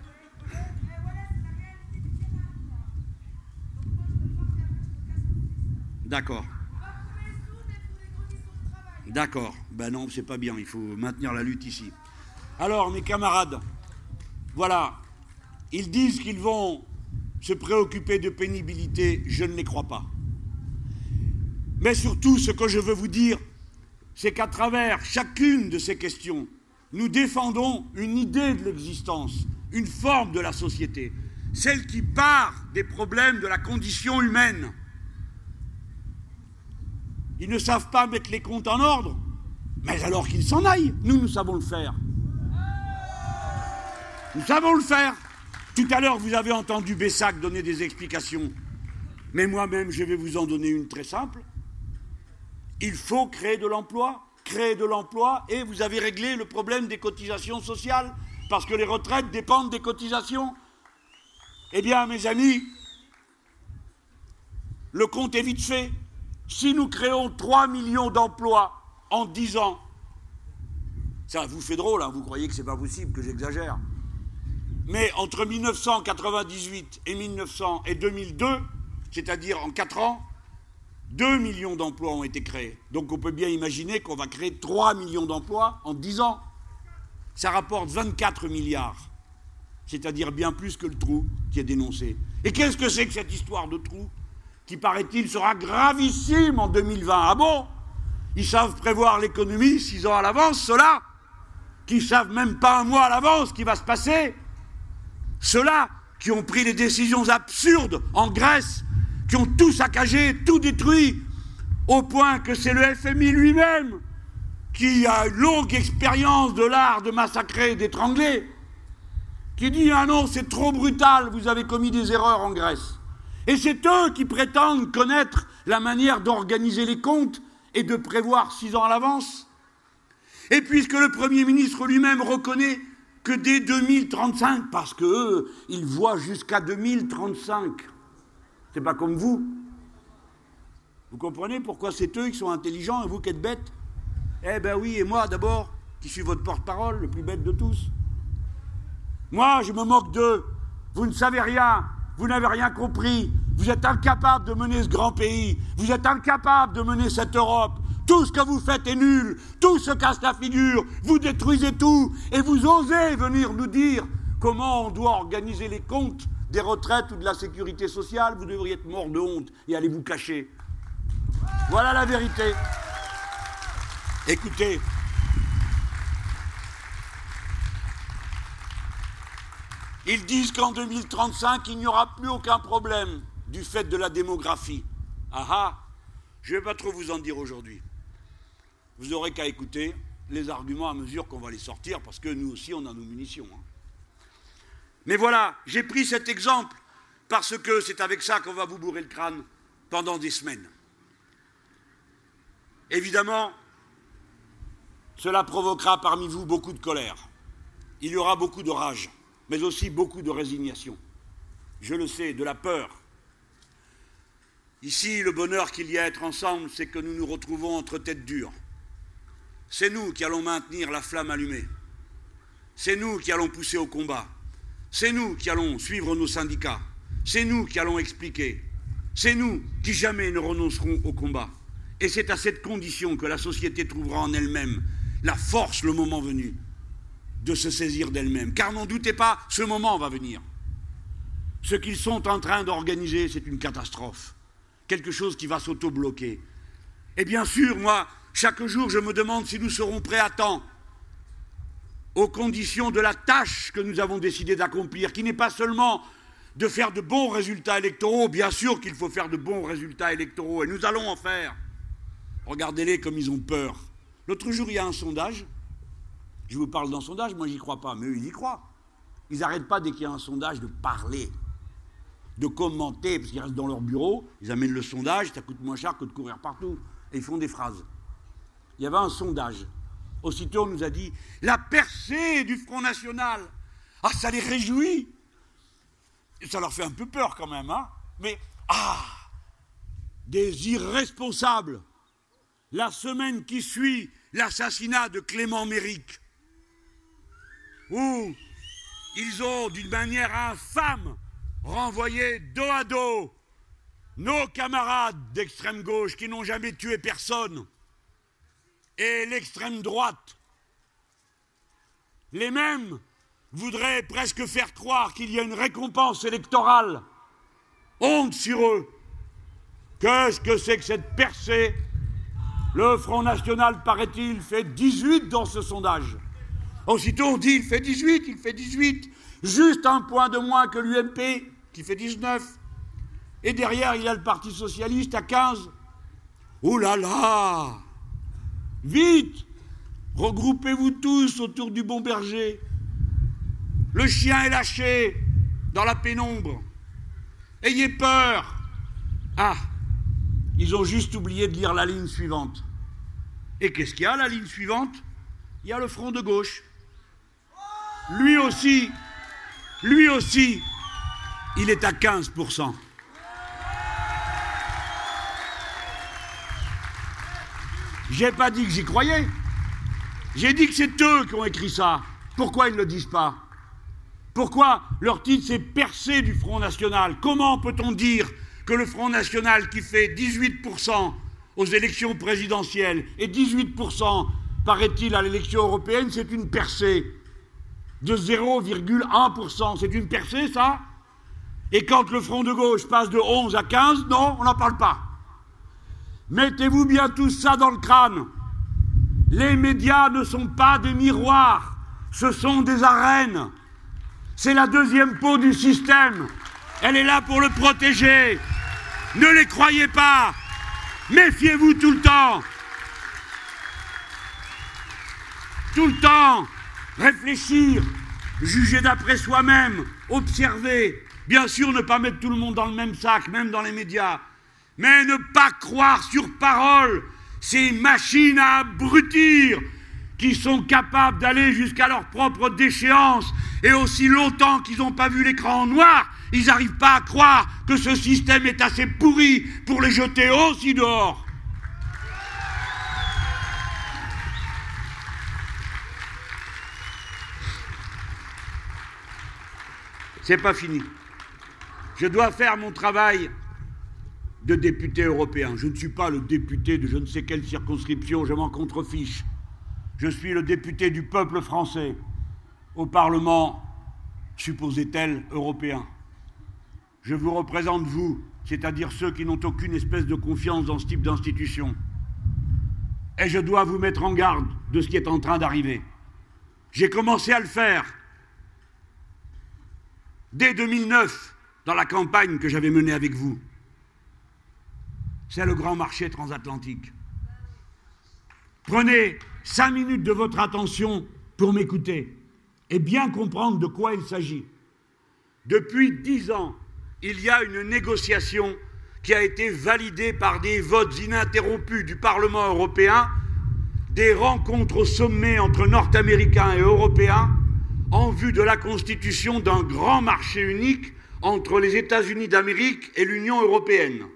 D'accord. D'accord. Ben non, c'est pas bien, il faut maintenir la lutte ici. Alors, mes camarades, voilà, ils disent qu'ils vont se préoccuper de pénibilité, je ne les crois pas. Mais surtout, ce que je veux vous dire, c'est qu'à travers chacune de ces questions, nous défendons une idée de l'existence, une forme de la société, celle qui part des problèmes de la condition humaine. Ils ne savent pas mettre les comptes en ordre, mais alors qu'ils s'en aillent. Nous, nous savons le faire. Nous savons le faire. Tout à l'heure, vous avez entendu Bessac donner des explications. Mais moi-même, je vais vous en donner une très simple. Il faut créer de l'emploi, créer de l'emploi, et vous avez réglé le problème des cotisations sociales, parce que les retraites dépendent des cotisations. Eh bien, mes amis, le compte est vite fait. Si nous créons trois millions d'emplois en dix ans, ça vous fait drôle, hein, vous croyez que c'est pas possible, que j'exagère. Mais entre mille neuf cent quatre-vingt-dix-huit et mille neuf cents et deux mille deux, c'est-à-dire en quatre ans, deux millions d'emplois ont été créés. Donc on peut bien imaginer qu'on va créer trois millions d'emplois en dix ans. Ça rapporte vingt-quatre milliards, c'est-à-dire bien plus que le trou qui est dénoncé. Et qu'est-ce que c'est que cette histoire de trou qui, paraît-il, sera gravissime en deux mille vingt? Ah bon? Ils savent prévoir l'économie six ans à l'avance, ceux-là, qui ne savent même pas un mois à l'avance ce qui va se passer. Ceux-là qui ont pris des décisions absurdes en Grèce, qui ont tout saccagé, tout détruit, au point que c'est le F M I lui-même qui a une longue expérience de l'art de massacrer et d'étrangler, qui dit « Ah non, c'est trop brutal, vous avez commis des erreurs en Grèce ». Et c'est eux qui prétendent connaître la manière d'organiser les comptes et de prévoir six ans à l'avance. Et puisque le Premier ministre lui-même reconnaît que dès deux mille trente-cinq, parce qu'eux, ils voient jusqu'à deux mille trente-cinq, c'est pas comme vous. Vous comprenez pourquoi c'est eux qui sont intelligents et vous qui êtes bêtes? Eh ben oui, et moi d'abord, qui suis votre porte-parole, le plus bête de tous. Moi, je me moque d'eux. Vous ne savez rien. Vous n'avez rien compris. Vous êtes incapable de mener ce grand pays. Vous êtes incapable de mener cette Europe. Tout ce que vous faites est nul. Tout se casse la figure. Vous détruisez tout. Et vous osez venir nous dire comment on doit organiser les comptes des retraites ou de la sécurité sociale. Vous devriez être mort de honte et allez vous cacher. Voilà la vérité. Écoutez. Ils disent qu'en deux mille trente-cinq, il n'y aura plus aucun problème du fait de la démographie. Ah ah, je ne vais pas trop vous en dire aujourd'hui. Vous n'aurez qu'à écouter les arguments à mesure qu'on va les sortir, parce que nous aussi, on a nos munitions. Hein. Mais voilà, j'ai pris cet exemple, parce que c'est avec ça qu'on va vous bourrer le crâne pendant des semaines. Évidemment, cela provoquera parmi vous beaucoup de colère. Il y aura beaucoup de rage, mais aussi beaucoup de résignation. Je le sais, de la peur. Ici, le bonheur qu'il y a à être ensemble, c'est que nous nous retrouvons entre têtes dures. C'est nous qui allons maintenir la flamme allumée. C'est nous qui allons pousser au combat. C'est nous qui allons suivre nos syndicats. C'est nous qui allons expliquer. C'est nous qui jamais ne renoncerons au combat. Et c'est à cette condition que la société trouvera en elle-même la force, le moment venu, de se saisir d'elle-même. Car n'en doutez pas, ce moment va venir. Ce qu'ils sont en train d'organiser, c'est une catastrophe. Quelque chose qui va s'auto-bloquer. Et bien sûr, moi, chaque jour, je me demande si nous serons prêts à temps aux conditions de la tâche que nous avons décidé d'accomplir, qui n'est pas seulement de faire de bons résultats électoraux. Bien sûr qu'il faut faire de bons résultats électoraux, et nous allons en faire. Regardez-les comme ils ont peur. L'autre jour, il y a un sondage. Je vous parle d'un sondage, moi j'y crois pas, mais eux ils y croient. Ils n'arrêtent pas dès qu'il y a un sondage de parler, de commenter, parce qu'ils restent dans leur bureau, ils amènent le sondage, ça coûte moins cher que de courir partout, et ils font des phrases. Il y avait un sondage. Aussitôt on nous a dit « La percée du Front National !» Ah, ça les réjouit. Et ça leur fait un peu peur quand même, hein. Mais, ah, des irresponsables. La semaine qui suit l'assassinat de Clément Méric, où ils ont, d'une manière infâme, renvoyé dos à dos nos camarades d'extrême gauche qui n'ont jamais tué personne, et l'extrême droite. Les mêmes voudraient presque faire croire qu'il y a une récompense électorale. Honte sur eux. Qu'est-ce que c'est que cette percée? Le Front National, paraît-il, fait dix-huit dans ce sondage. Aussitôt, on dit il fait dix-huit, il fait dix-huit. Juste un point de moins que l'U M P, qui fait dix-neuf. Et derrière, il y a le Parti Socialiste à quinze. Oh là là! Vite! Regroupez-vous tous autour du bon berger. Le chien est lâché dans la pénombre. Ayez peur! Ah! Ils ont juste oublié de lire la ligne suivante. Et qu'est-ce qu'il y a, la ligne suivante? Il y a le front de gauche. Lui aussi, lui aussi, il est à quinze pour cent. J'ai pas dit que j'y croyais. J'ai dit que c'est eux qui ont écrit ça. Pourquoi ils ne le disent pas? Pourquoi leur titre c'est « Percée du Front National ». Comment peut-on dire que le Front National, qui fait dix-huit pour cent aux élections présidentielles et dix-huit pour cent, paraît-il, à l'élection européenne, c'est une percée de zéro virgule un pour cent. C'est une percée, ça? Et quand le Front de gauche passe de onze à quinze, non, on n'en parle pas. Mettez-vous bien tout ça dans le crâne. Les médias ne sont pas des miroirs, ce sont des arènes. C'est la deuxième peau du système. Elle est là pour le protéger. Ne les croyez pas. Méfiez-vous tout le temps. Tout le temps. Réfléchir, juger d'après soi-même, observer. Bien sûr, ne pas mettre tout le monde dans le même sac, même dans les médias. Mais ne pas croire sur parole ces machines à abrutir qui sont capables d'aller jusqu'à leur propre déchéance. Et aussi longtemps qu'ils n'ont pas vu l'écran en noir, ils n'arrivent pas à croire que ce système est assez pourri pour les jeter aussi dehors. C'est pas fini. Je dois faire mon travail de député européen. Je ne suis pas le député de je ne sais quelle circonscription, je m'en contrefiche. Je suis le député du peuple français au Parlement, supposait-elle, européen. Je vous représente, vous, c'est-à-dire ceux qui n'ont aucune espèce de confiance dans ce type d'institution. Et je dois vous mettre en garde de ce qui est en train d'arriver. J'ai commencé à le faire dès deux mille neuf, dans la campagne que j'avais menée avec vous. C'est le grand marché transatlantique. Prenez cinq minutes de votre attention pour m'écouter et bien comprendre de quoi il s'agit. Depuis dix ans, il y a une négociation qui a été validée par des votes ininterrompus du Parlement européen, des rencontres au sommet entre Nord-Américains et Européens en vue de la constitution d'un grand marché unique entre les États-Unis d'Amérique et l'Union européenne.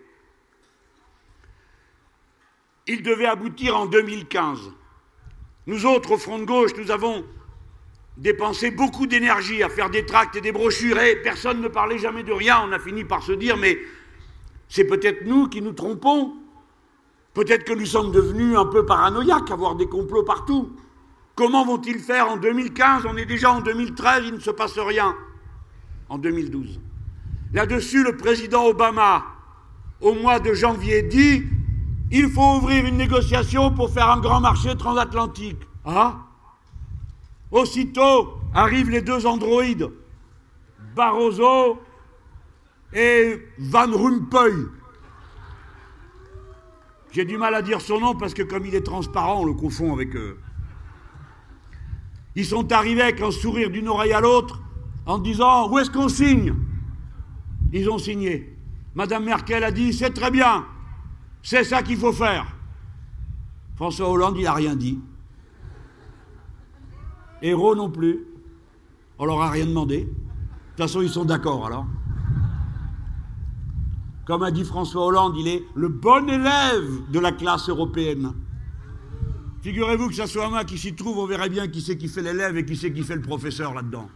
Il devait aboutir en deux mille quinze. Nous autres, au Front de gauche, nous avons dépensé beaucoup d'énergie à faire des tracts et des brochures et personne ne parlait jamais de rien. On a fini par se dire, mais c'est peut-être nous qui nous trompons. Peut-être que nous sommes devenus un peu paranoïaques à voir des complots partout. Comment vont-ils faire en deux mille quinze? On est déjà en deux mille treize, il ne se passe rien. En deux mille douze. Là-dessus, le président Obama, au mois de janvier, dit « Il faut ouvrir une négociation pour faire un grand marché transatlantique. » Ah? Aussitôt arrivent les deux androïdes, Barroso et Van Rompuy. J'ai du mal à dire son nom parce que comme il est transparent, on le confond avec eux. Ils sont arrivés avec un sourire d'une oreille à l'autre en disant « Où est-ce qu'on signe ?» Ils ont signé. Madame Merkel a dit « C'est très bien, c'est ça qu'il faut faire. » François Hollande, il n'a rien dit. Hérault non plus. On leur a rien demandé. De toute façon, ils sont d'accord alors. Comme a dit François Hollande, il est le bon élève de la classe européenne. Figurez-vous que ça soit moi qui s'y trouve, on verrait bien qui c'est qui fait l'élève et qui c'est qui fait le professeur là-dedans.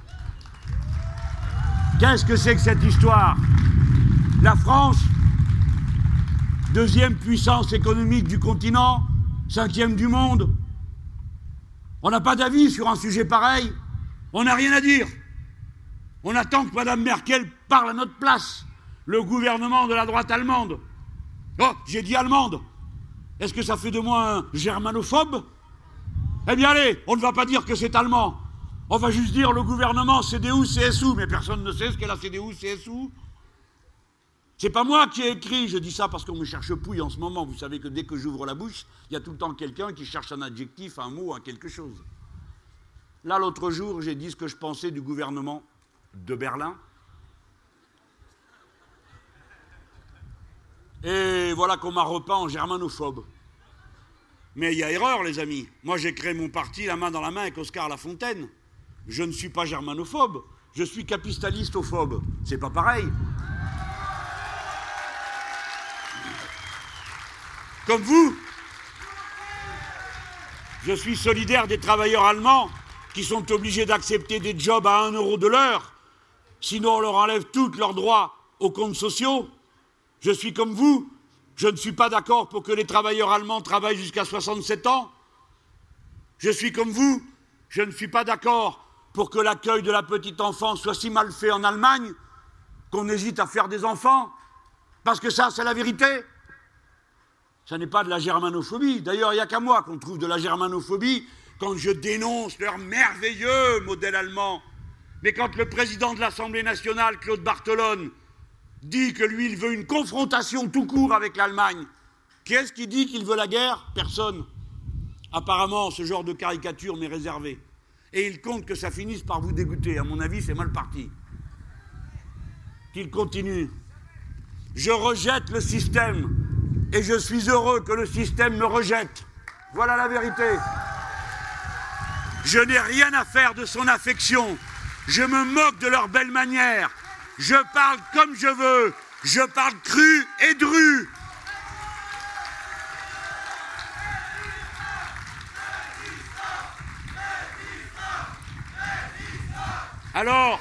Qu'est-ce que c'est que cette histoire? La France, deuxième puissance économique du continent, cinquième du monde. On n'a pas d'avis sur un sujet pareil. On n'a rien à dire. On attend que Mme Merkel parle à notre place. Le gouvernement de la droite allemande. Oh, j'ai dit allemande. Est-ce que ça fait de moi un germanophobe? Eh bien allez, on ne va pas dire que c'est allemand. On va juste dire le gouvernement C D U C S U, mais personne ne sait ce qu'est la C D U C S U. C'est pas moi qui ai écrit, je dis ça parce qu'on me cherche pouille en ce moment. Vous savez que dès que j'ouvre la bouche, il y a tout le temps quelqu'un qui cherche un adjectif, un mot, un quelque chose. Là, l'autre jour, j'ai dit ce que je pensais du gouvernement de Berlin. Et voilà qu'on m'a repeint en germanophobe. Mais il y a erreur, les amis. Moi, j'ai créé mon parti la main dans la main avec Oscar Lafontaine. Je ne suis pas germanophobe, je suis capitalistophobe. C'est pas pareil. Comme vous, je suis solidaire des travailleurs allemands qui sont obligés d'accepter des jobs à un euro de l'heure, sinon on leur enlève tous leurs droits aux comptes sociaux. Je suis comme vous, je ne suis pas d'accord pour que les travailleurs allemands travaillent jusqu'à soixante-sept ans. Je suis comme vous, je ne suis pas d'accord pour que l'accueil de la petite enfance soit si mal fait en Allemagne qu'on hésite à faire des enfants, parce que ça, c'est la vérité. Ça n'est pas de la germanophobie. D'ailleurs, il n'y a qu'à moi qu'on trouve de la germanophobie quand je dénonce leur merveilleux modèle allemand. Mais quand le président de l'Assemblée nationale, Claude Barthelone, dit que lui, il veut une confrontation tout court avec l'Allemagne, qui est-ce qui dit qu'il veut la guerre? Personne. Apparemment, ce genre de caricature m'est réservé. Et il compte que ça finisse par vous dégoûter. À mon avis, c'est mal parti. Qu'il continue. Je rejette le système. Et je suis heureux que le système me rejette. Voilà la vérité. Je n'ai rien à faire de son affection. Je me moque de leurs belles manières. Je parle comme je veux. Je parle cru et dru. Alors,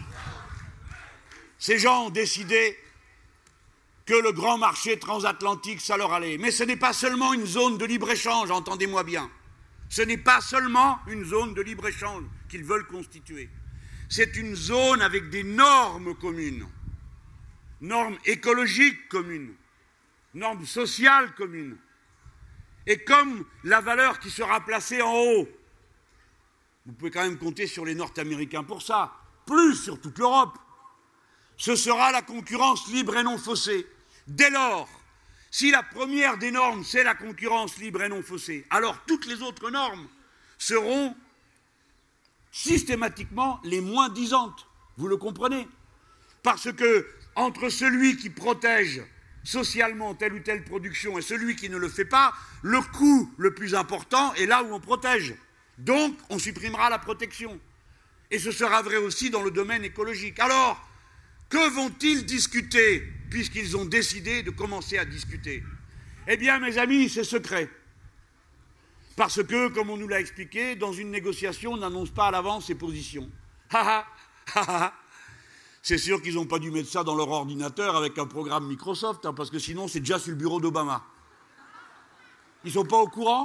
ces gens ont décidé que le grand marché transatlantique, ça leur allait. Mais ce n'est pas seulement une zone de libre-échange, entendez-moi bien. Ce n'est pas seulement une zone de libre-échange qu'ils veulent constituer. C'est une zone avec des normes communes, normes écologiques communes, normes sociales communes. Et comme la valeur qui sera placée en haut, vous pouvez quand même compter sur les Nord-Américains pour ça, plus sur toute l'Europe, ce sera la concurrence libre et non faussée. Dès lors, si la première des normes, c'est la concurrence libre et non faussée, alors toutes les autres normes seront systématiquement les moins disantes. Vous le comprenez? Parce que entre celui qui protège socialement telle ou telle production et celui qui ne le fait pas, le coût le plus important est là où on protège. Donc, on supprimera la protection. Et ce sera vrai aussi dans le domaine écologique. Alors, que vont-ils discuter, puisqu'ils ont décidé de commencer à discuter? Eh bien, mes amis, c'est secret. Parce que, comme on nous l'a expliqué, dans une négociation, on n'annonce pas à l'avance ses positions. Ha ha. C'est sûr qu'ils n'ont pas dû mettre ça dans leur ordinateur avec un programme Microsoft, hein, parce que sinon, c'est déjà sur le bureau d'Obama. Ils ne sont pas au courant?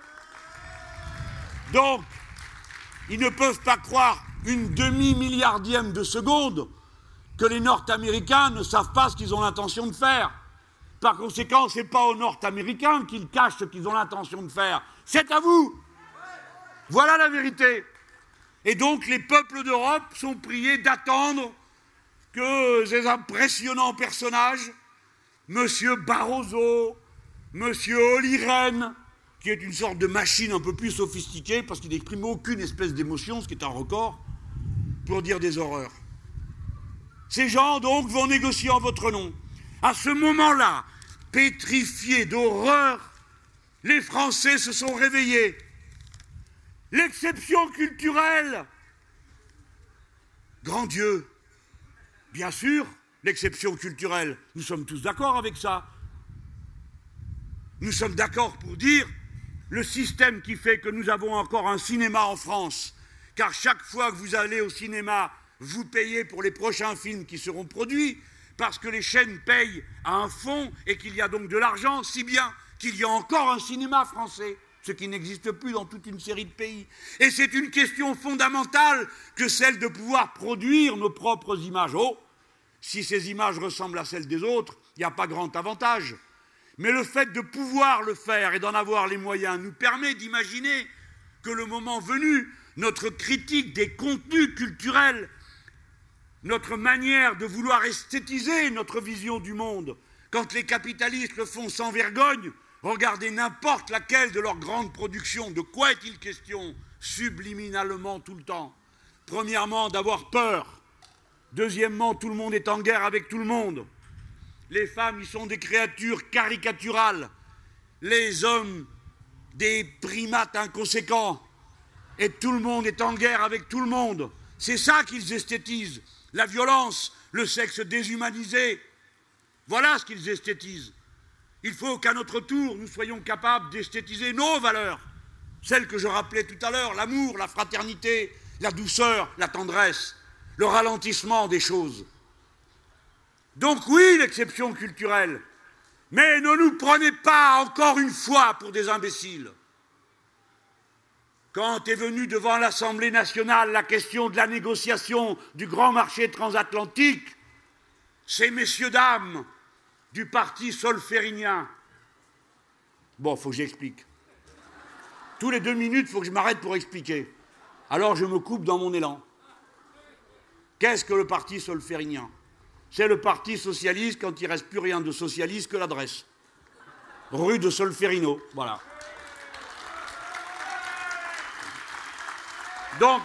Donc, ils ne peuvent pas croire une demi-milliardième de seconde que les Nord-Américains ne savent pas ce qu'ils ont l'intention de faire. Par conséquent, ce n'est pas aux Nord-Américains qu'ils cachent ce qu'ils ont l'intention de faire. C'est à vous. Voilà la vérité. Et donc, les peuples d'Europe sont priés d'attendre que ces impressionnants personnages, M. Barroso, M. Olli Rehn, qui est une sorte de machine un peu plus sophistiquée, parce qu'il n'exprime aucune espèce d'émotion, ce qui est un record, pour dire des horreurs. Ces gens, donc, vont négocier en votre nom. À ce moment-là, pétrifiés d'horreur, les Français se sont réveillés. L'exception culturelle. Grand Dieu. Bien sûr, l'exception culturelle. Nous sommes tous d'accord avec ça. Nous sommes d'accord pour dire le système qui fait que nous avons encore un cinéma en France, car chaque fois que vous allez au cinéma, vous payez pour les prochains films qui seront produits, parce que les chaînes payent à un fonds et qu'il y a donc de l'argent, si bien qu'il y a encore un cinéma français, ce qui n'existe plus dans toute une série de pays. Et c'est une question fondamentale que celle de pouvoir produire nos propres images. Oh, si ces images ressemblent à celles des autres, il n'y a pas grand avantage. Mais le fait de pouvoir le faire et d'en avoir les moyens nous permet d'imaginer que le moment venu, notre critique des contenus culturels, notre manière de vouloir esthétiser notre vision du monde, quand les capitalistes le font sans vergogne, regardez n'importe laquelle de leurs grandes productions, de quoi est-il question? Subliminalement tout le temps. Premièrement, d'avoir peur. Deuxièmement, tout le monde est en guerre avec tout le monde. Les femmes, ils sont des créatures caricaturales. Les hommes, des primates inconséquents. Et tout le monde est en guerre avec tout le monde. C'est ça qu'ils esthétisent. La violence, le sexe déshumanisé. Voilà ce qu'ils esthétisent. Il faut qu'à notre tour, nous soyons capables d'esthétiser nos valeurs. Celles que je rappelais tout à l'heure, l'amour, la fraternité, la douceur, la tendresse, le ralentissement des choses. Donc oui, l'exception culturelle, mais ne nous prenez pas encore une fois pour des imbéciles. Quand est venue devant l'Assemblée nationale la question de la négociation du grand marché transatlantique, ces messieurs-dames du parti solférinien Bon, il faut que j'explique. Tous les deux minutes, il faut que je m'arrête pour expliquer. Alors je me coupe dans mon élan. Qu'est-ce que le parti solférinien? C'est le parti socialiste quand il ne reste plus rien de socialiste que l'adresse. Rue de Solferino, voilà. Donc,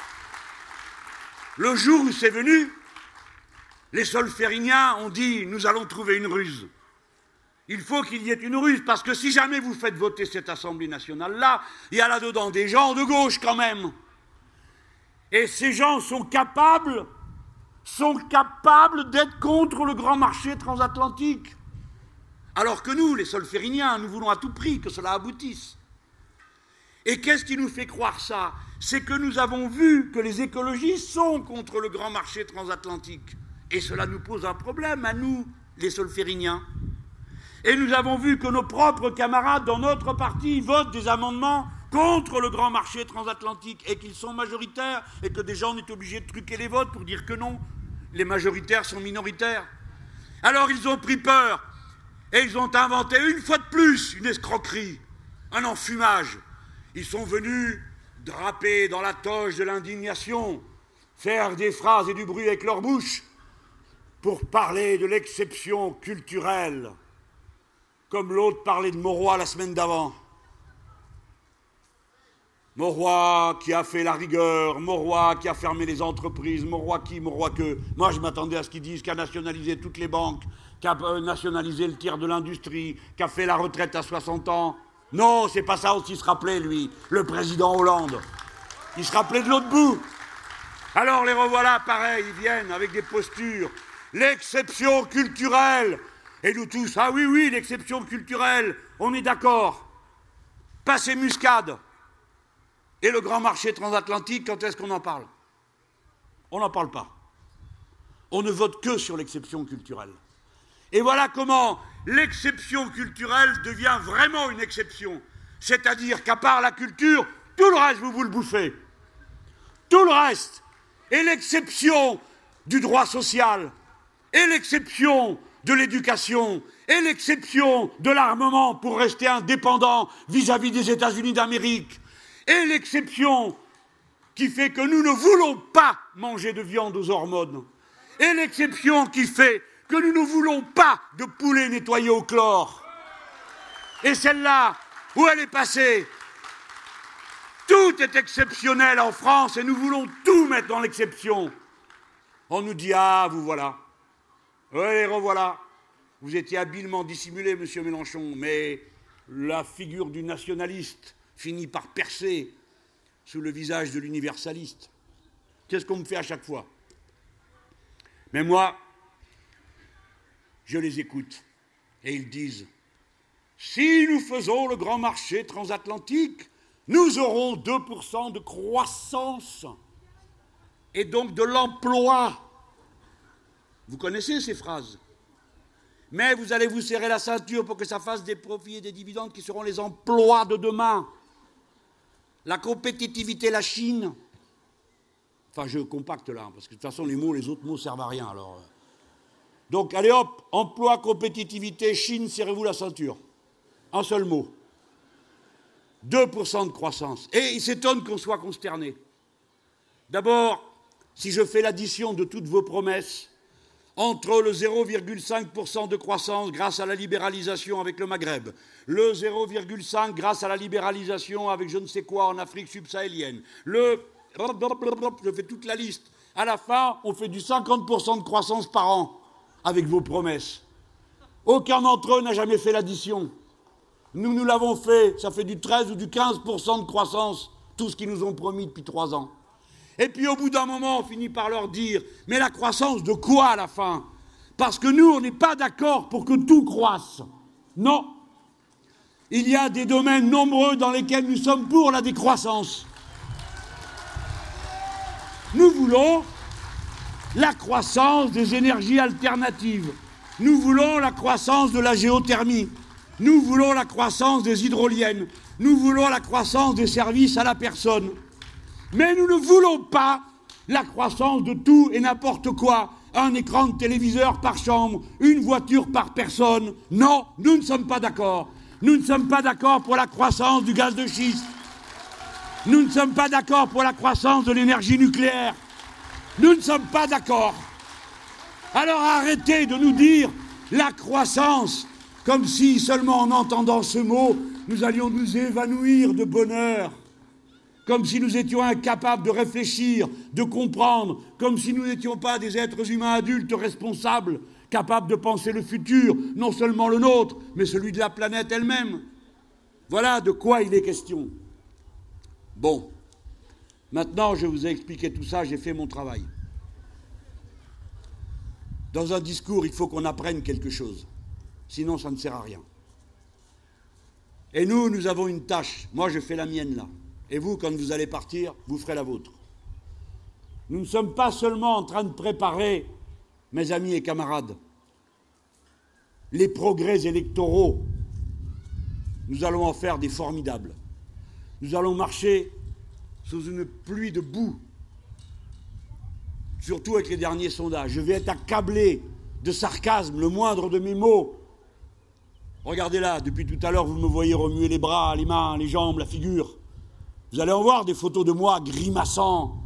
le jour où c'est venu, les solfériniens ont dit « nous allons trouver une ruse ». Il faut qu'il y ait une ruse, parce que si jamais vous faites voter cette Assemblée nationale-là, il y a là-dedans des gens de gauche quand même. Et ces gens sont capables, sont capables d'être contre le grand marché transatlantique. Alors que nous, les solfériniens, nous voulons à tout prix que cela aboutisse. Et qu'est-ce qui nous fait croire ça? C'est que nous avons vu que les écologistes sont contre le grand marché transatlantique. Et cela nous pose un problème à nous, les solfériniens. Et nous avons vu que nos propres camarades dans notre parti votent des amendements contre le grand marché transatlantique et qu'ils sont majoritaires et que des gens sont obligés de truquer les votes pour dire que non, les majoritaires sont minoritaires. Alors ils ont pris peur et ils ont inventé une fois de plus une escroquerie, un enfumage. Ils sont venus draper dans la toge de l'indignation, faire des phrases et du bruit avec leur bouche pour parler de l'exception culturelle, comme l'autre parlait de Mauroy la semaine d'avant. Mauroy qui a fait la rigueur, Mauroy qui a fermé les entreprises, Mauroy qui, Mauroy que. Moi, je m'attendais à ce qu'ils disent qu'a nationalisé toutes les banques, qu'a nationalisé le tiers de l'industrie, qu'a fait la retraite à soixante ans. Non, c'est pas ça aussi se rappelait, lui, le président Hollande. Il se rappelait de l'autre bout. Alors les revoilà, pareil, ils viennent avec des postures. L'exception culturelle. Et nous tous, ah oui, oui, l'exception culturelle, on est d'accord. Passez Muscade. Et le grand marché transatlantique, quand est-ce qu'on en parle? On n'en parle pas. On ne vote que sur l'exception culturelle. Et voilà comment l'exception culturelle devient vraiment une exception. C'est-à-dire qu'à part la culture, tout le reste, vous vous le bouffez. Tout le reste. Et l'exception du droit social, et l'exception de l'éducation, et l'exception de l'armement pour rester indépendant vis-à-vis des États-Unis d'Amérique, et l'exception qui fait que nous ne voulons pas manger de viande aux hormones, et l'exception qui fait que nous ne voulons pas de poulet nettoyé au chlore. Et celle-là, où elle est passée? Tout est exceptionnel en France et nous voulons tout mettre dans l'exception. On nous dit, ah, vous voilà. Oui, les revoilà. Vous étiez habilement dissimulé, monsieur Mélenchon, mais la figure du nationaliste finit par percer sous le visage de l'universaliste. C'est ce qu'on me fait à chaque fois. Mais moi, je les écoute et ils disent « Si nous faisons le grand marché transatlantique, nous aurons deux pour cent de croissance et donc de l'emploi. » Vous connaissez ces phrases. Mais vous allez vous serrer la ceinture pour que ça fasse des profits et des dividendes qui seront les emplois de demain. La compétitivité, la Chine. Enfin, je compacte là, parce que de toute façon, les mots, les autres mots servent à rien. Alors. Donc, allez hop, emploi, compétitivité, Chine, serrez-vous la ceinture. Un seul mot. deux pour cent de croissance. Et il s'étonne qu'on soit consterné. D'abord, si je fais l'addition de toutes vos promesses, entre le zéro virgule cinq pour cent de croissance grâce à la libéralisation avec le Maghreb, le zéro virgule cinq grâce à la libéralisation avec je ne sais quoi en Afrique subsahélienne, le... je fais toute la liste. À la fin, on fait du cinquante pour cent de croissance par an avec vos promesses. Aucun d'entre eux n'a jamais fait l'addition. Nous, nous l'avons fait, ça fait du treize ou du quinze pour cent de croissance, tout ce qu'ils nous ont promis depuis trois ans. Et puis au bout d'un moment, on finit par leur dire « Mais la croissance de quoi à la fin ?» Parce que nous, on n'est pas d'accord pour que tout croisse. Non. Il y a des domaines nombreux dans lesquels nous sommes pour la décroissance. Nous voulons la croissance des énergies alternatives. Nous voulons la croissance de la géothermie. Nous voulons la croissance des hydroliennes. Nous voulons la croissance des services à la personne. Mais nous ne voulons pas la croissance de tout et n'importe quoi. Un écran de téléviseur par chambre, une voiture par personne. Non, nous ne sommes pas d'accord. Nous ne sommes pas d'accord pour la croissance du gaz de schiste. Nous ne sommes pas d'accord pour la croissance de l'énergie nucléaire. Nous ne sommes pas d'accord. Alors arrêtez de nous dire la croissance, comme si seulement en entendant ce mot, nous allions nous évanouir de bonheur. Comme si nous étions incapables de réfléchir, de comprendre, comme si nous n'étions pas des êtres humains adultes responsables, capables de penser le futur, non seulement le nôtre, mais celui de la planète elle-même. Voilà de quoi il est question. Bon, maintenant je vous ai expliqué tout ça, j'ai fait mon travail. Dans un discours, il faut qu'on apprenne quelque chose, sinon ça ne sert à rien. Et nous, nous avons une tâche, moi je fais la mienne là. Et vous, quand vous allez partir, vous ferez la vôtre. Nous ne sommes pas seulement en train de préparer, mes amis et camarades, les progrès électoraux. Nous allons en faire des formidables. Nous allons marcher sous une pluie de boue, surtout avec les derniers sondages. Je vais être accablé de sarcasme, le moindre de mes mots. Regardez là, depuis tout à l'heure, vous me voyez remuer les bras, les mains, les jambes, la figure. Vous allez en voir des photos de moi grimaçant.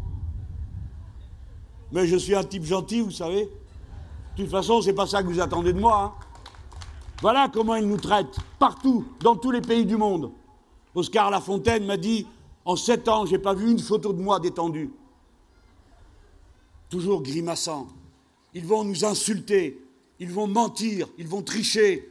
Mais je suis un type gentil, vous savez. De toute façon, c'est pas ça que vous attendez de moi. Hein. Voilà comment ils nous traitent, partout, dans tous les pays du monde. Oscar Lafontaine m'a dit, en sept ans, j'ai pas vu une photo de moi détendue. Toujours grimaçant. Ils vont nous insulter, ils vont mentir, ils vont tricher.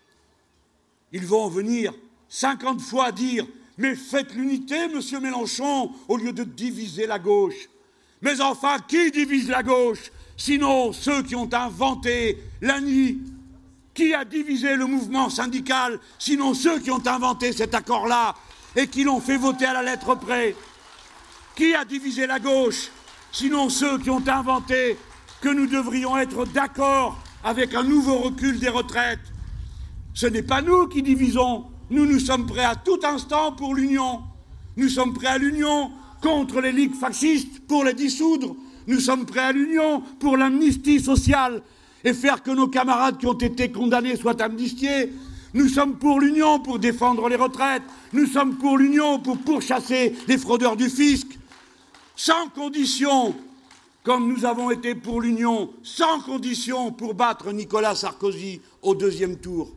Ils vont venir cinquante fois dire « Mais faites l'unité, monsieur Mélenchon, au lieu de diviser la gauche. » Mais enfin, qui divise la gauche? Sinon ceux qui ont inventé l'A N I. Qui a divisé le mouvement syndical? Sinon ceux qui ont inventé cet accord-là et qui l'ont fait voter à la lettre près. Qui a divisé la gauche? Sinon ceux qui ont inventé que nous devrions être d'accord avec un nouveau recul des retraites. Ce n'est pas nous qui divisons. Nous, nous sommes prêts à tout instant pour l'union. Nous sommes prêts à l'union contre les ligues fascistes pour les dissoudre. Nous sommes prêts à l'union pour l'amnistie sociale et faire que nos camarades qui ont été condamnés soient amnistiés. Nous sommes pour l'union pour défendre les retraites. Nous sommes pour l'union pour pourchasser les fraudeurs du fisc. Sans condition, comme nous avons été pour l'union, sans condition pour battre Nicolas Sarkozy au deuxième tour.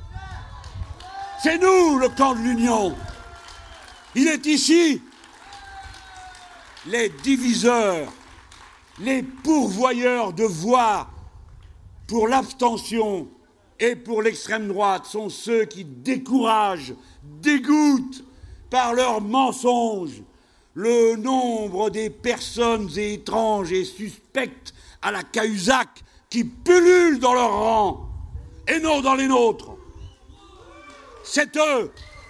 C'est nous, le camp de l'union. Il est ici. Les diviseurs, les pourvoyeurs de voix pour l'abstention et pour l'extrême droite sont ceux qui découragent, dégoûtent par leurs mensonges le nombre des personnes étranges et suspectes à la Cahuzac qui pullulent dans leurs rangs et non dans les nôtres. C'est eux,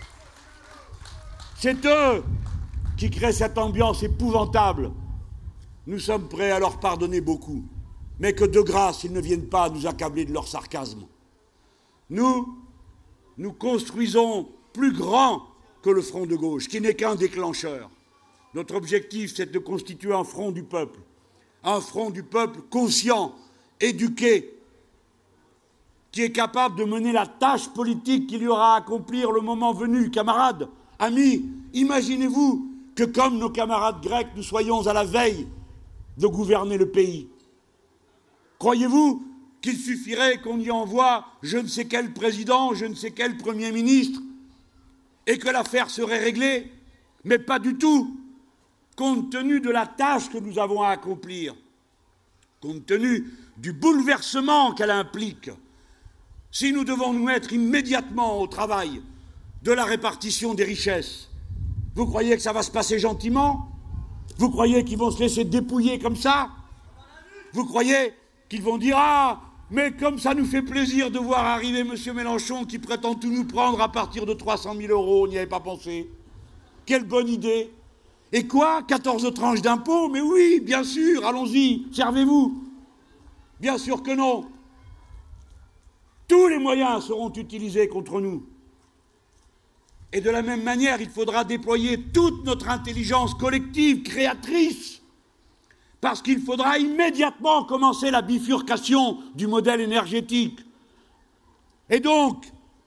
c'est eux qui créent cette ambiance épouvantable. Nous sommes prêts à leur pardonner beaucoup, mais que de grâce, ils ne viennent pas nous accabler de leur sarcasme. Nous, nous construisons plus grand que le front de gauche, qui n'est qu'un déclencheur. Notre objectif, c'est de constituer un front du peuple, un front du peuple conscient, éduqué, qui est capable de mener la tâche politique qu'il y aura à accomplir le moment venu. Camarades, amis, imaginez-vous que comme nos camarades grecs, nous soyons à la veille de gouverner le pays. Croyez-vous qu'il suffirait qu'on y envoie je ne sais quel président, je ne sais quel Premier ministre, et que l'affaire serait réglée? Mais pas du tout. Compte tenu de la tâche que nous avons à accomplir, compte tenu du bouleversement qu'elle implique, si nous devons nous mettre immédiatement au travail de la répartition des richesses, vous croyez que ça va se passer gentiment? Vous croyez qu'ils vont se laisser dépouiller comme ça? Vous croyez qu'ils vont dire « Ah, mais comme ça nous fait plaisir de voir arriver M. Mélenchon qui prétend tout nous prendre à partir de trois cent mille euros, on n'y avait pas pensé. Quelle bonne idée! Et quoi? quatorze tranches d'impôts? Mais oui, bien sûr, allons-y, servez-vous. » Bien sûr que non. Tous les moyens seront utilisés contre nous. Et de la même manière, il faudra déployer toute notre intelligence collective, créatrice, parce qu'il faudra immédiatement commencer la bifurcation du modèle énergétique. Et donc,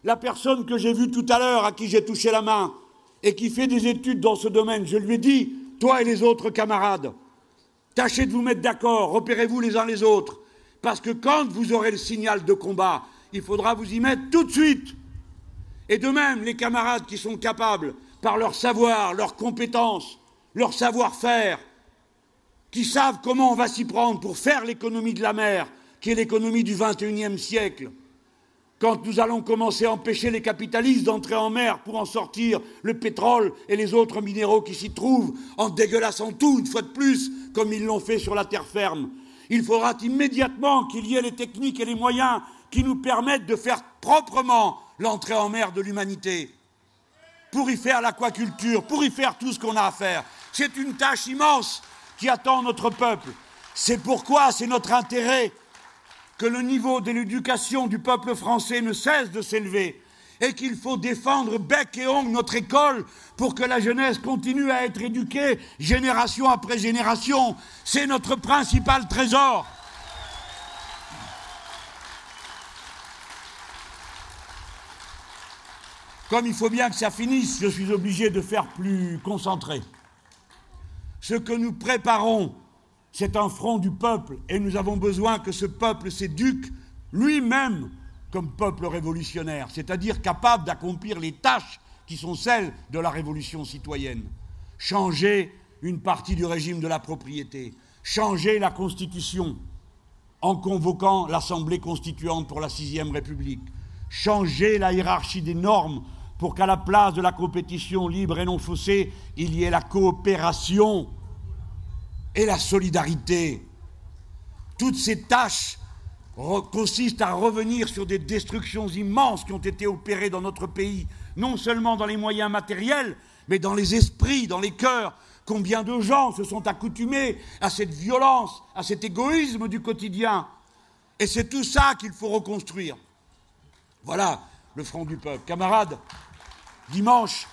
La personne que j'ai vue tout à l'heure, à qui j'ai touché la main, et qui fait des études dans ce domaine, je lui ai dit, toi et les autres camarades, tâchez de vous mettre d'accord, repérez-vous les uns les autres, parce que quand vous aurez le signal de combat, il faudra vous y mettre tout de suite. Et de même, les camarades qui sont capables, par leur savoir, leurs compétences, leur savoir-faire, qui savent comment on va s'y prendre pour faire l'économie de la mer, qui est l'économie du vingt et unième siècle. Quand nous allons commencer à empêcher les capitalistes d'entrer en mer pour en sortir le pétrole et les autres minéraux qui s'y trouvent, en dégueulassant tout, une fois de plus, comme ils l'ont fait sur la terre ferme, il faudra immédiatement qu'il y ait les techniques et les moyens qui nous permettent de faire proprement l'entrée en mer de l'humanité, pour y faire l'aquaculture, pour y faire tout ce qu'on a à faire. C'est une tâche immense qui attend notre peuple. C'est pourquoi c'est notre intérêt que le niveau de l'éducation du peuple français ne cesse de s'élever et qu'il faut défendre bec et ongle notre école pour que la jeunesse continue à être éduquée génération après génération. C'est notre principal trésor. Comme il faut bien que ça finisse, je suis obligé de faire plus concentré. Ce que nous préparons, c'est un front du peuple, et nous avons besoin que ce peuple s'éduque lui-même comme peuple révolutionnaire, c'est-à-dire capable d'accomplir les tâches qui sont celles de la révolution citoyenne. Changer une partie du régime de la propriété, changer la Constitution en convoquant l'Assemblée constituante pour la sixième République, changer la hiérarchie des normes pour qu'à la place de la compétition libre et non faussée, il y ait la coopération et la solidarité. Toutes ces tâches consistent à revenir sur des destructions immenses qui ont été opérées dans notre pays, non seulement dans les moyens matériels, mais dans les esprits, dans les cœurs. Combien de gens se sont accoutumés à cette violence, à cet égoïsme du quotidien. Et c'est tout ça qu'il faut reconstruire. Voilà le front du peuple. Camarades, dimanche,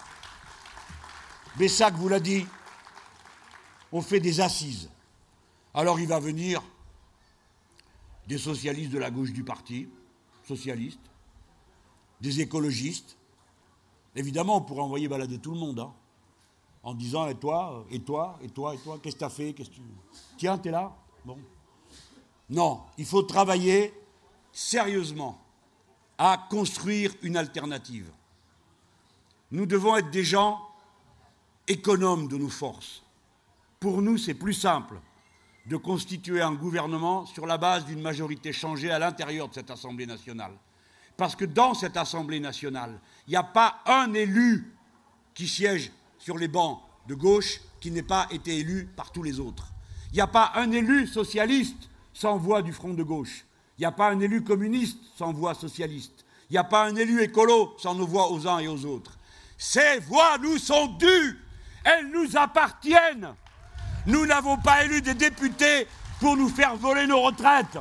Bessac vous l'a dit, on fait des assises. Alors il va venir des socialistes de la gauche du parti, socialistes, des écologistes. Évidemment, on pourrait envoyer balader tout le monde, hein, en disant « Et toi, et toi, et toi, et toi, qu'est-ce que t'as fait, qu'est-ce que tu... Tiens, t'es là ?» Bon. Non, il faut travailler sérieusement à construire une alternative. Nous devons être des gens économes de nos forces. Pour nous, c'est plus simple de constituer un gouvernement sur la base d'une majorité changée à l'intérieur de cette Assemblée nationale. Parce que dans cette Assemblée nationale, il n'y a pas un élu qui siège sur les bancs de gauche qui n'ait pas été élu par tous les autres. Il n'y a pas un élu socialiste sans voix du front de gauche. Il n'y a pas un élu communiste sans voix socialiste. Il n'y a pas un élu écolo sans nos voix aux uns et aux autres. Ces voix nous sont dues. Elles nous appartiennent. Nous n'avons pas élu des députés pour nous faire voler nos retraites.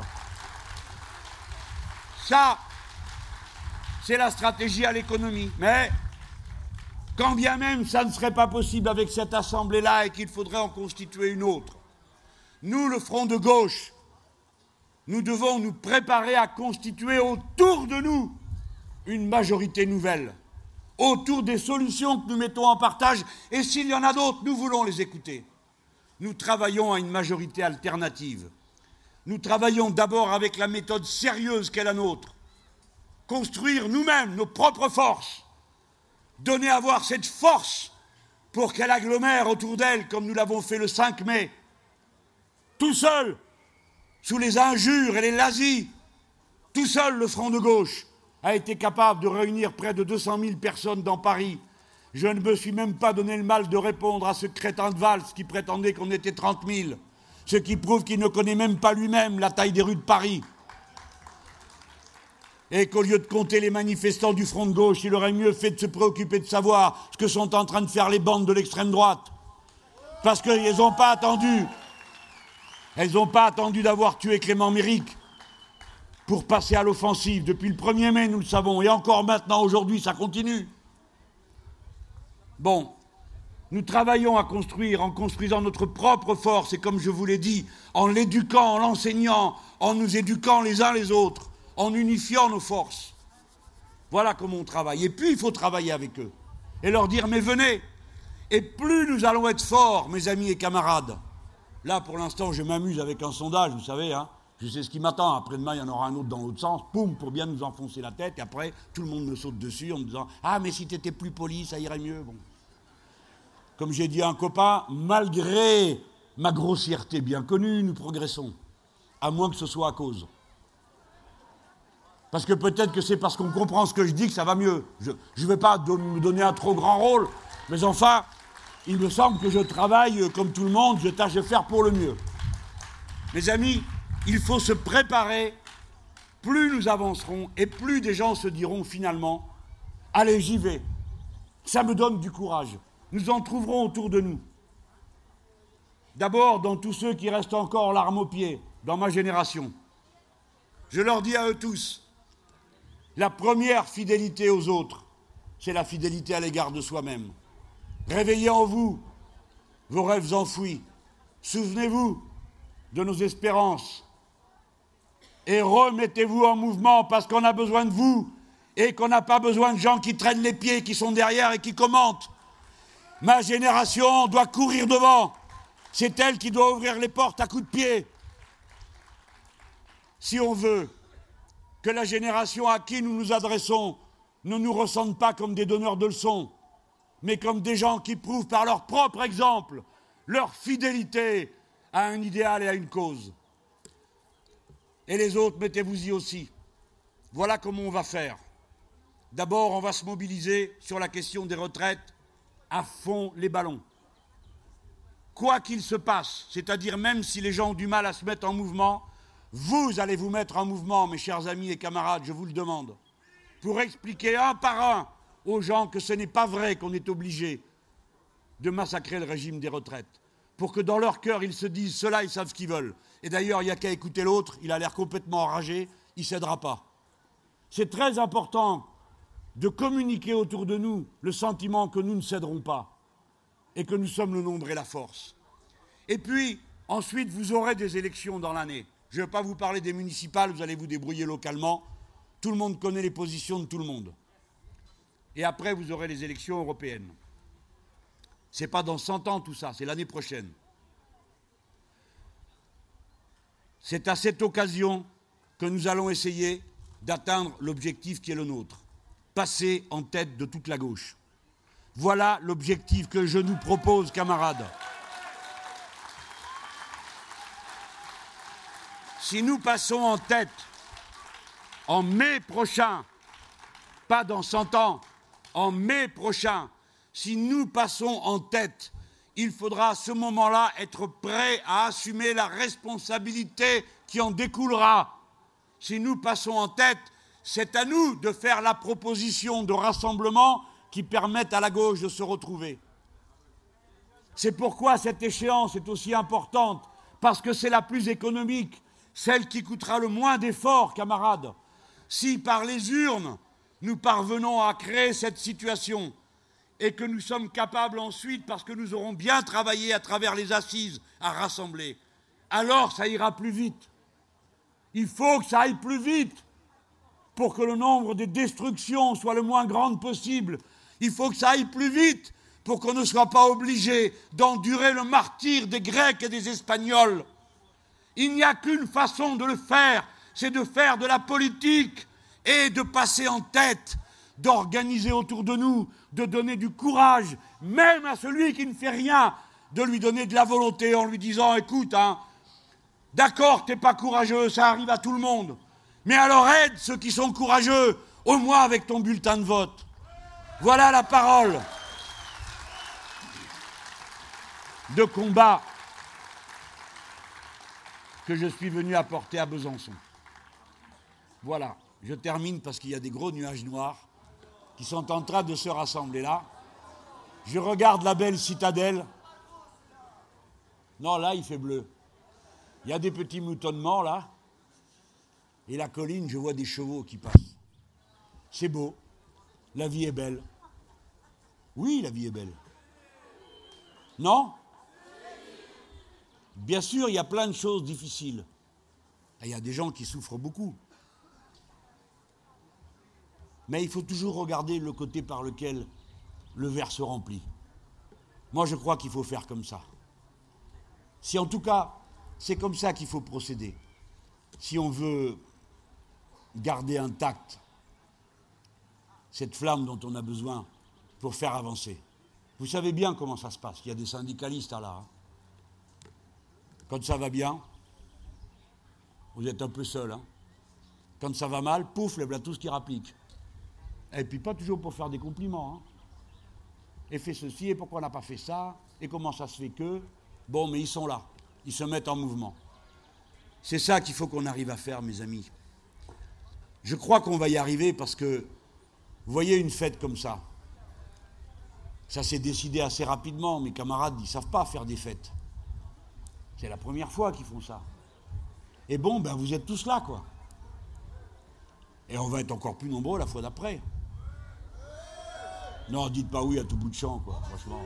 Ça, c'est la stratégie à l'économie. Mais quand bien même ça ne serait pas possible avec cette Assemblée-là et qu'il faudrait en constituer une autre, nous, le Front de gauche, nous devons nous préparer à constituer autour de nous une majorité nouvelle, autour des solutions que nous mettons en partage, et s'il y en a d'autres, nous voulons les écouter. Nous travaillons à une majorité alternative. Nous travaillons d'abord avec la méthode sérieuse qu'est la nôtre. Construire nous-mêmes nos propres forces. Donner à voir cette force pour qu'elle agglomère autour d'elle, comme nous l'avons fait le cinq mai. Tout seul, sous les injures et les lazis, tout seul, le Front de gauche a été capable de réunir près de deux cent mille personnes dans Paris. Je ne me suis même pas donné le mal de répondre à ce crétin de Valls qui prétendait qu'on était trente mille, ce qui prouve qu'il ne connaît même pas lui-même la taille des rues de Paris. Et qu'au lieu de compter les manifestants du Front de gauche, il aurait mieux fait de se préoccuper de savoir ce que sont en train de faire les bandes de l'extrême droite. Parce qu'elles n'ont pas attendu. Elles n'ont pas attendu d'avoir tué Clément Méric pour passer à l'offensive. Depuis le premier mai, nous le savons, et encore maintenant, aujourd'hui, ça continue. Bon, nous travaillons à construire, en construisant notre propre force, et comme je vous l'ai dit, en l'éduquant, en l'enseignant, en nous éduquant les uns les autres, en unifiant nos forces. Voilà comment on travaille. Et puis, il faut travailler avec eux. Et leur dire, mais venez. Et plus nous allons être forts, mes amis et camarades. Là, pour l'instant, je m'amuse avec un sondage, vous savez, hein. Je sais ce qui m'attend. Après-demain, il y en aura un autre dans l'autre sens. Poum, pour bien nous enfoncer la tête. Et après, tout le monde me saute dessus en me disant, ah, mais si tu étais plus poli, ça irait mieux. Bon. Comme j'ai dit à un copain, malgré ma grossièreté bien connue, nous progressons. À moins que ce soit à cause. Parce que peut-être que c'est parce qu'on comprend ce que je dis que ça va mieux. Je ne vais pas don- me donner un trop grand rôle, mais enfin, il me semble que je travaille comme tout le monde, je tâche de faire pour le mieux. Mes amis, il faut se préparer. Plus nous avancerons et plus des gens se diront finalement, allez, j'y vais. Ça me donne du courage. Nous en trouverons autour de nous. D'abord, dans tous ceux qui restent encore l'arme au pied, dans ma génération. Je leur dis à eux tous, la première fidélité aux autres, c'est la fidélité à l'égard de soi-même. Réveillez en vous vos rêves enfouis. Souvenez-vous de nos espérances. Et remettez-vous en mouvement parce qu'on a besoin de vous et qu'on n'a pas besoin de gens qui traînent les pieds, qui sont derrière et qui commentent. Ma génération doit courir devant. C'est elle qui doit ouvrir les portes à coups de pied. Si on veut que la génération à qui nous nous adressons ne nous ressente pas comme des donneurs de leçons, mais comme des gens qui prouvent par leur propre exemple leur fidélité à un idéal et à une cause. Et les autres, mettez-vous-y aussi. Voilà comment on va faire. D'abord, on va se mobiliser sur la question des retraites à fond les ballons. Quoi qu'il se passe, c'est-à-dire même si les gens ont du mal à se mettre en mouvement, vous allez vous mettre en mouvement, mes chers amis et camarades, je vous le demande, pour expliquer un par un aux gens que ce n'est pas vrai qu'on est obligé de massacrer le régime des retraites, pour que dans leur cœur, ils se disent, ceux-là, ils savent ce qu'ils veulent. Et d'ailleurs, il n'y a qu'à écouter l'autre, il a l'air complètement enragé, il ne cédera pas. C'est très important de communiquer autour de nous le sentiment que nous ne céderons pas et que nous sommes le nombre et la force. Et puis, ensuite, vous aurez des élections dans l'année. Je ne vais pas vous parler des municipales, vous allez vous débrouiller localement. Tout le monde connaît les positions de tout le monde. Et après, vous aurez les élections européennes. Ce n'est pas dans cent ans tout ça, c'est l'année prochaine. C'est à cette occasion que nous allons essayer d'atteindre l'objectif qui est le nôtre. Passer en tête de toute la gauche. Voilà l'objectif que je nous propose, camarades. Si nous passons en tête en mai prochain, pas dans cent ans, en mai prochain, si nous passons en tête, il faudra à ce moment-là être prêt à assumer la responsabilité qui en découlera. Si nous passons en tête, c'est à nous de faire la proposition de rassemblement qui permette à la gauche de se retrouver. C'est pourquoi cette échéance est aussi importante, parce que c'est la plus économique, celle qui coûtera le moins d'efforts, camarades. Si par les urnes, nous parvenons à créer cette situation et que nous sommes capables ensuite, parce que nous aurons bien travaillé à travers les assises, à rassembler, alors ça ira plus vite. Il faut que ça aille plus vite pour que le nombre de destructions soit le moins grand possible. Il faut que ça aille plus vite pour qu'on ne soit pas obligé d'endurer le martyre des Grecs et des Espagnols. Il n'y a qu'une façon de le faire, c'est de faire de la politique et de passer en tête, d'organiser autour de nous, de donner du courage, même à celui qui ne fait rien, de lui donner de la volonté en lui disant, écoute, hein, d'accord, t'es pas courageux, ça arrive à tout le monde, mais alors aide ceux qui sont courageux, au moins avec ton bulletin de vote. Voilà la parole de combat que je suis venu apporter à Besançon. Voilà, je termine parce qu'il y a des gros nuages noirs qui sont en train de se rassembler là. Je regarde la belle citadelle. Non, là, il fait bleu. Il y a des petits moutonnements là. Et la colline, je vois des chevaux qui passent. C'est beau. La vie est belle. Oui, la vie est belle. Non ? Bien sûr, il y a plein de choses difficiles. Il y a des gens qui souffrent beaucoup. Mais il faut toujours regarder le côté par lequel le verre se remplit. Moi, je crois qu'il faut faire comme ça. Si en tout cas, c'est comme ça qu'il faut procéder. Si on veut garder intacte cette flamme dont on a besoin pour faire avancer. Vous savez bien comment ça se passe. Il y a des syndicalistes là. Hein. Quand ça va bien, vous êtes un peu seul. Hein. Quand ça va mal, pouf, les voilà tous qui rappliquent. Et puis pas toujours pour faire des compliments. Hein. Et fait ceci, et pourquoi on n'a pas fait ça, et comment ça se fait que... Bon, mais ils sont là, ils se mettent en mouvement. C'est ça qu'il faut qu'on arrive à faire, mes amis. Je crois qu'on va y arriver parce que, vous voyez une fête comme ça, ça s'est décidé assez rapidement, mes camarades, ils ne savent pas faire des fêtes. C'est la première fois qu'ils font ça. Et bon, ben vous êtes tous là, quoi. Et on va être encore plus nombreux la fois d'après. Non, dites pas oui à tout bout de champ, quoi, franchement.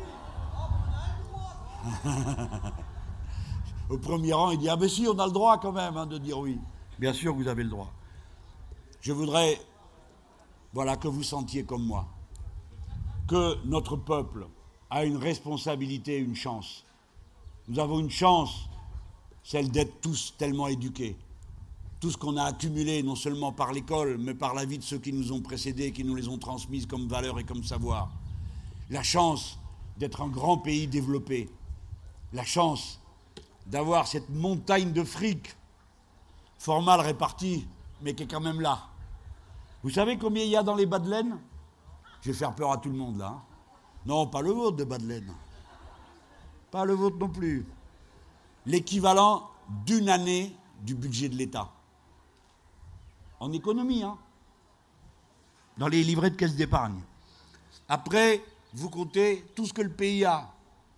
Au premier rang, il dit « Ah ben si, on a le droit quand même hein, de dire oui. » Bien sûr que vous avez le droit. Je voudrais, voilà, que vous sentiez comme moi, que notre peuple a une responsabilité, une chance. Nous avons une chance, celle d'être tous tellement éduqués. Tout ce qu'on a accumulé, non seulement par l'école, mais par la vie de ceux qui nous ont précédés, qui nous les ont transmises comme valeurs et comme savoir. La chance d'être un grand pays développé. La chance d'avoir cette montagne de fric, fort mal répartie, mais qui est quand même là. Vous savez combien il y a dans les bas de laine? Je vais faire peur à tout le monde, là. Hein. Non, pas le vôtre de bas de laine. Pas le vôtre non plus. L'équivalent d'une année du budget de l'État. En économie, hein. Dans les livrets de caisse d'épargne. Après, vous comptez tout ce que le pays a.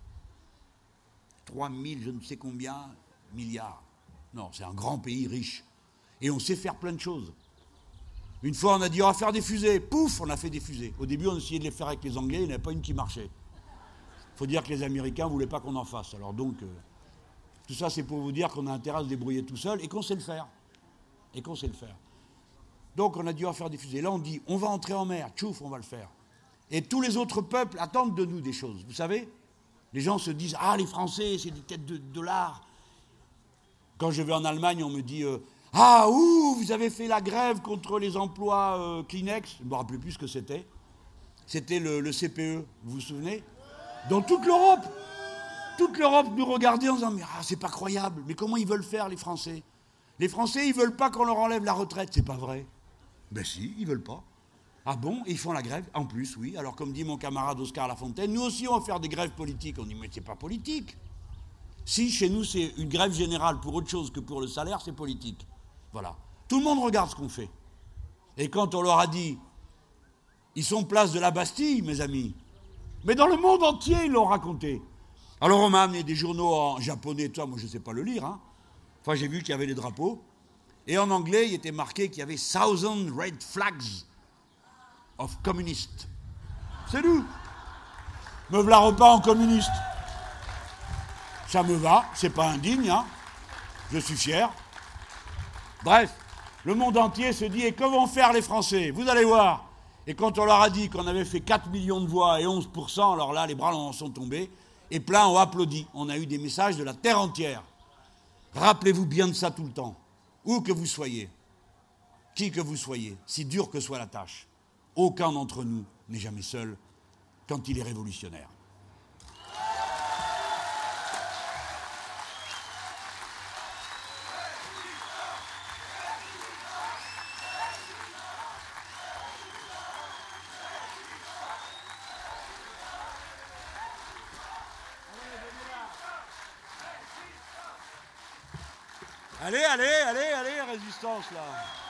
trois mille, je ne sais combien, milliards. Non, c'est un grand pays riche. Et on sait faire plein de choses. Une fois, on a dit, on va faire des fusées. Pouf, on a fait des fusées. Au début, on essayait de les faire avec les Anglais, il n'y en avait pas une qui marchait. Il faut dire que les Américains ne voulaient pas qu'on en fasse. Alors donc, euh, tout ça, c'est pour vous dire qu'on a intérêt à se débrouiller tout seul et qu'on sait le faire. Et qu'on sait le faire. Donc, on a dit, on va faire des fusées. Là, on dit, on va entrer en mer. Tchouf, on va le faire. Et tous les autres peuples attendent de nous des choses. Vous savez ? Les gens se disent, ah, les Français, c'est des têtes de dollars. Quand je vais en Allemagne, on me dit, euh, ah, ouh, vous avez fait la grève contre les emplois euh, Kleenex. Je ne me rappelle plus ce que c'était. C'était le, le C P E, vous vous souvenez? Dans toute l'Europe. Toute l'Europe nous regardait en disant, mais ah, c'est pas croyable. Mais comment ils veulent faire, les Français? Les Français, ils ne veulent pas qu'on leur enlève la retraite. C'est pas vrai. Ben si, ils ne veulent pas. Ah bon? Et ils font la grève? En plus, oui. Alors, comme dit mon camarade Oscar Lafontaine, nous aussi, on va faire des grèves politiques. On dit, mais c'est pas politique. Si, chez nous, c'est une grève générale pour autre chose que pour le salaire, c'est politique. Voilà. Tout le monde regarde ce qu'on fait. Et quand on leur a dit, ils sont place de la Bastille, mes amis. Mais dans le monde entier, ils l'ont raconté. Alors, on m'a amené des journaux en japonais, tout ça. Moi, je ne sais pas le lire. Hein. Enfin, j'ai vu qu'il y avait des drapeaux. Et en anglais, il était marqué qu'il y avait « Thousand Red Flags » of communistes. C'est nous. Me v'là repas en communiste. Ça me va, c'est pas indigne, hein. Je suis fier. Bref, le monde entier se dit, et que vont faire les Français? Vous allez voir. Et quand on leur a dit qu'on avait fait quatre millions de voix et onze pour cent, alors là, les bras en sont tombés, et plein ont applaudi. On a eu des messages de la terre entière. Rappelez-vous bien de ça tout le temps. Où que vous soyez, qui que vous soyez, si dur que soit la tâche. Aucun d'entre nous n'est jamais seul quand il est révolutionnaire. Allez, allez, allez, allez, résistance là.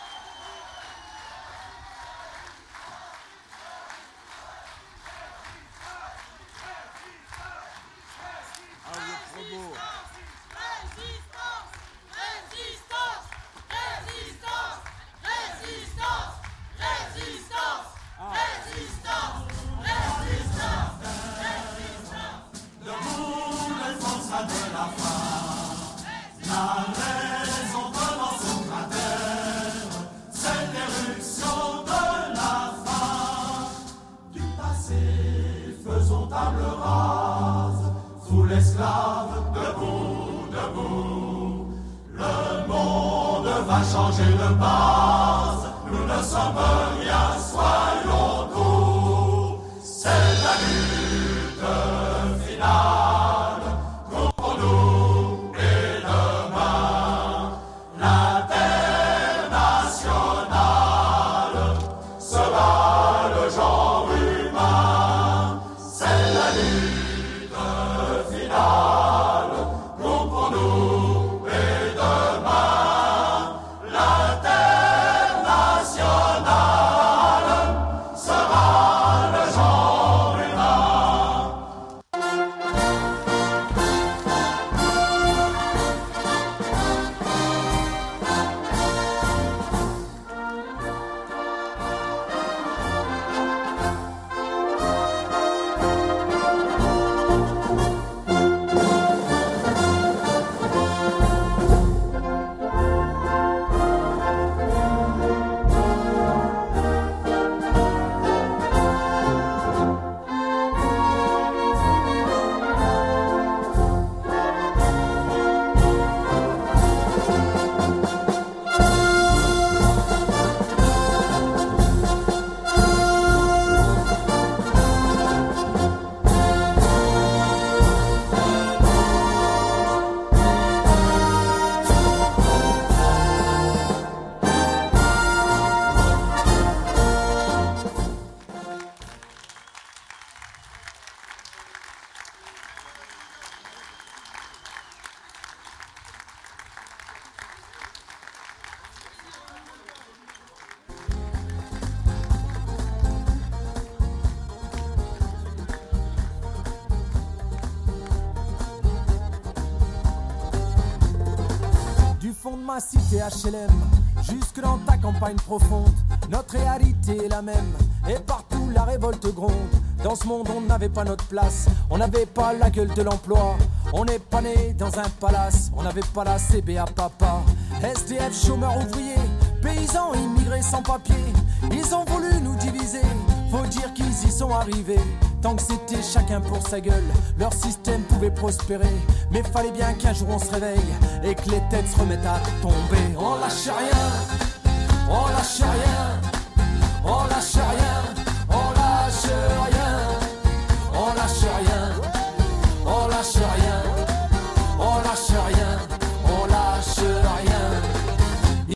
Ah, vous êtes trop beau. Résistance, résistance, résistance, résistance, résistance, résistance, résistance, résistance. Debout, responsable de la femme, la raison commence au cratère, c'est l'éruption de la femme. pas changer de base, nous ne sommes rien, soyons doux. C'est la lutte finale contre nous et demain. L'international sera le genre humain. C'est la lutte finale contre nous et demain. L'international sera le genre humain. Du fond de ma cité H L M jusque dans ta campagne profonde, notre réalité est la même et partout la révolte gronde. Dans ce monde on n'avait pas notre place, on n'avait pas la gueule de l'emploi, on n'est pas né dans un palace, on n'avait pas la C B A papa. S D F, chômeurs ouvriers, paysans immigrés sans papier, ils ont voulu nous diviser, faut dire qu'ils y sont arrivés. Tant que c'était chacun pour sa gueule, leur système pouvait prospérer. Mais fallait bien qu'un jour on se réveille et que les têtes se remettent à tomber. On lâche rien, on lâche rien, on lâche rien.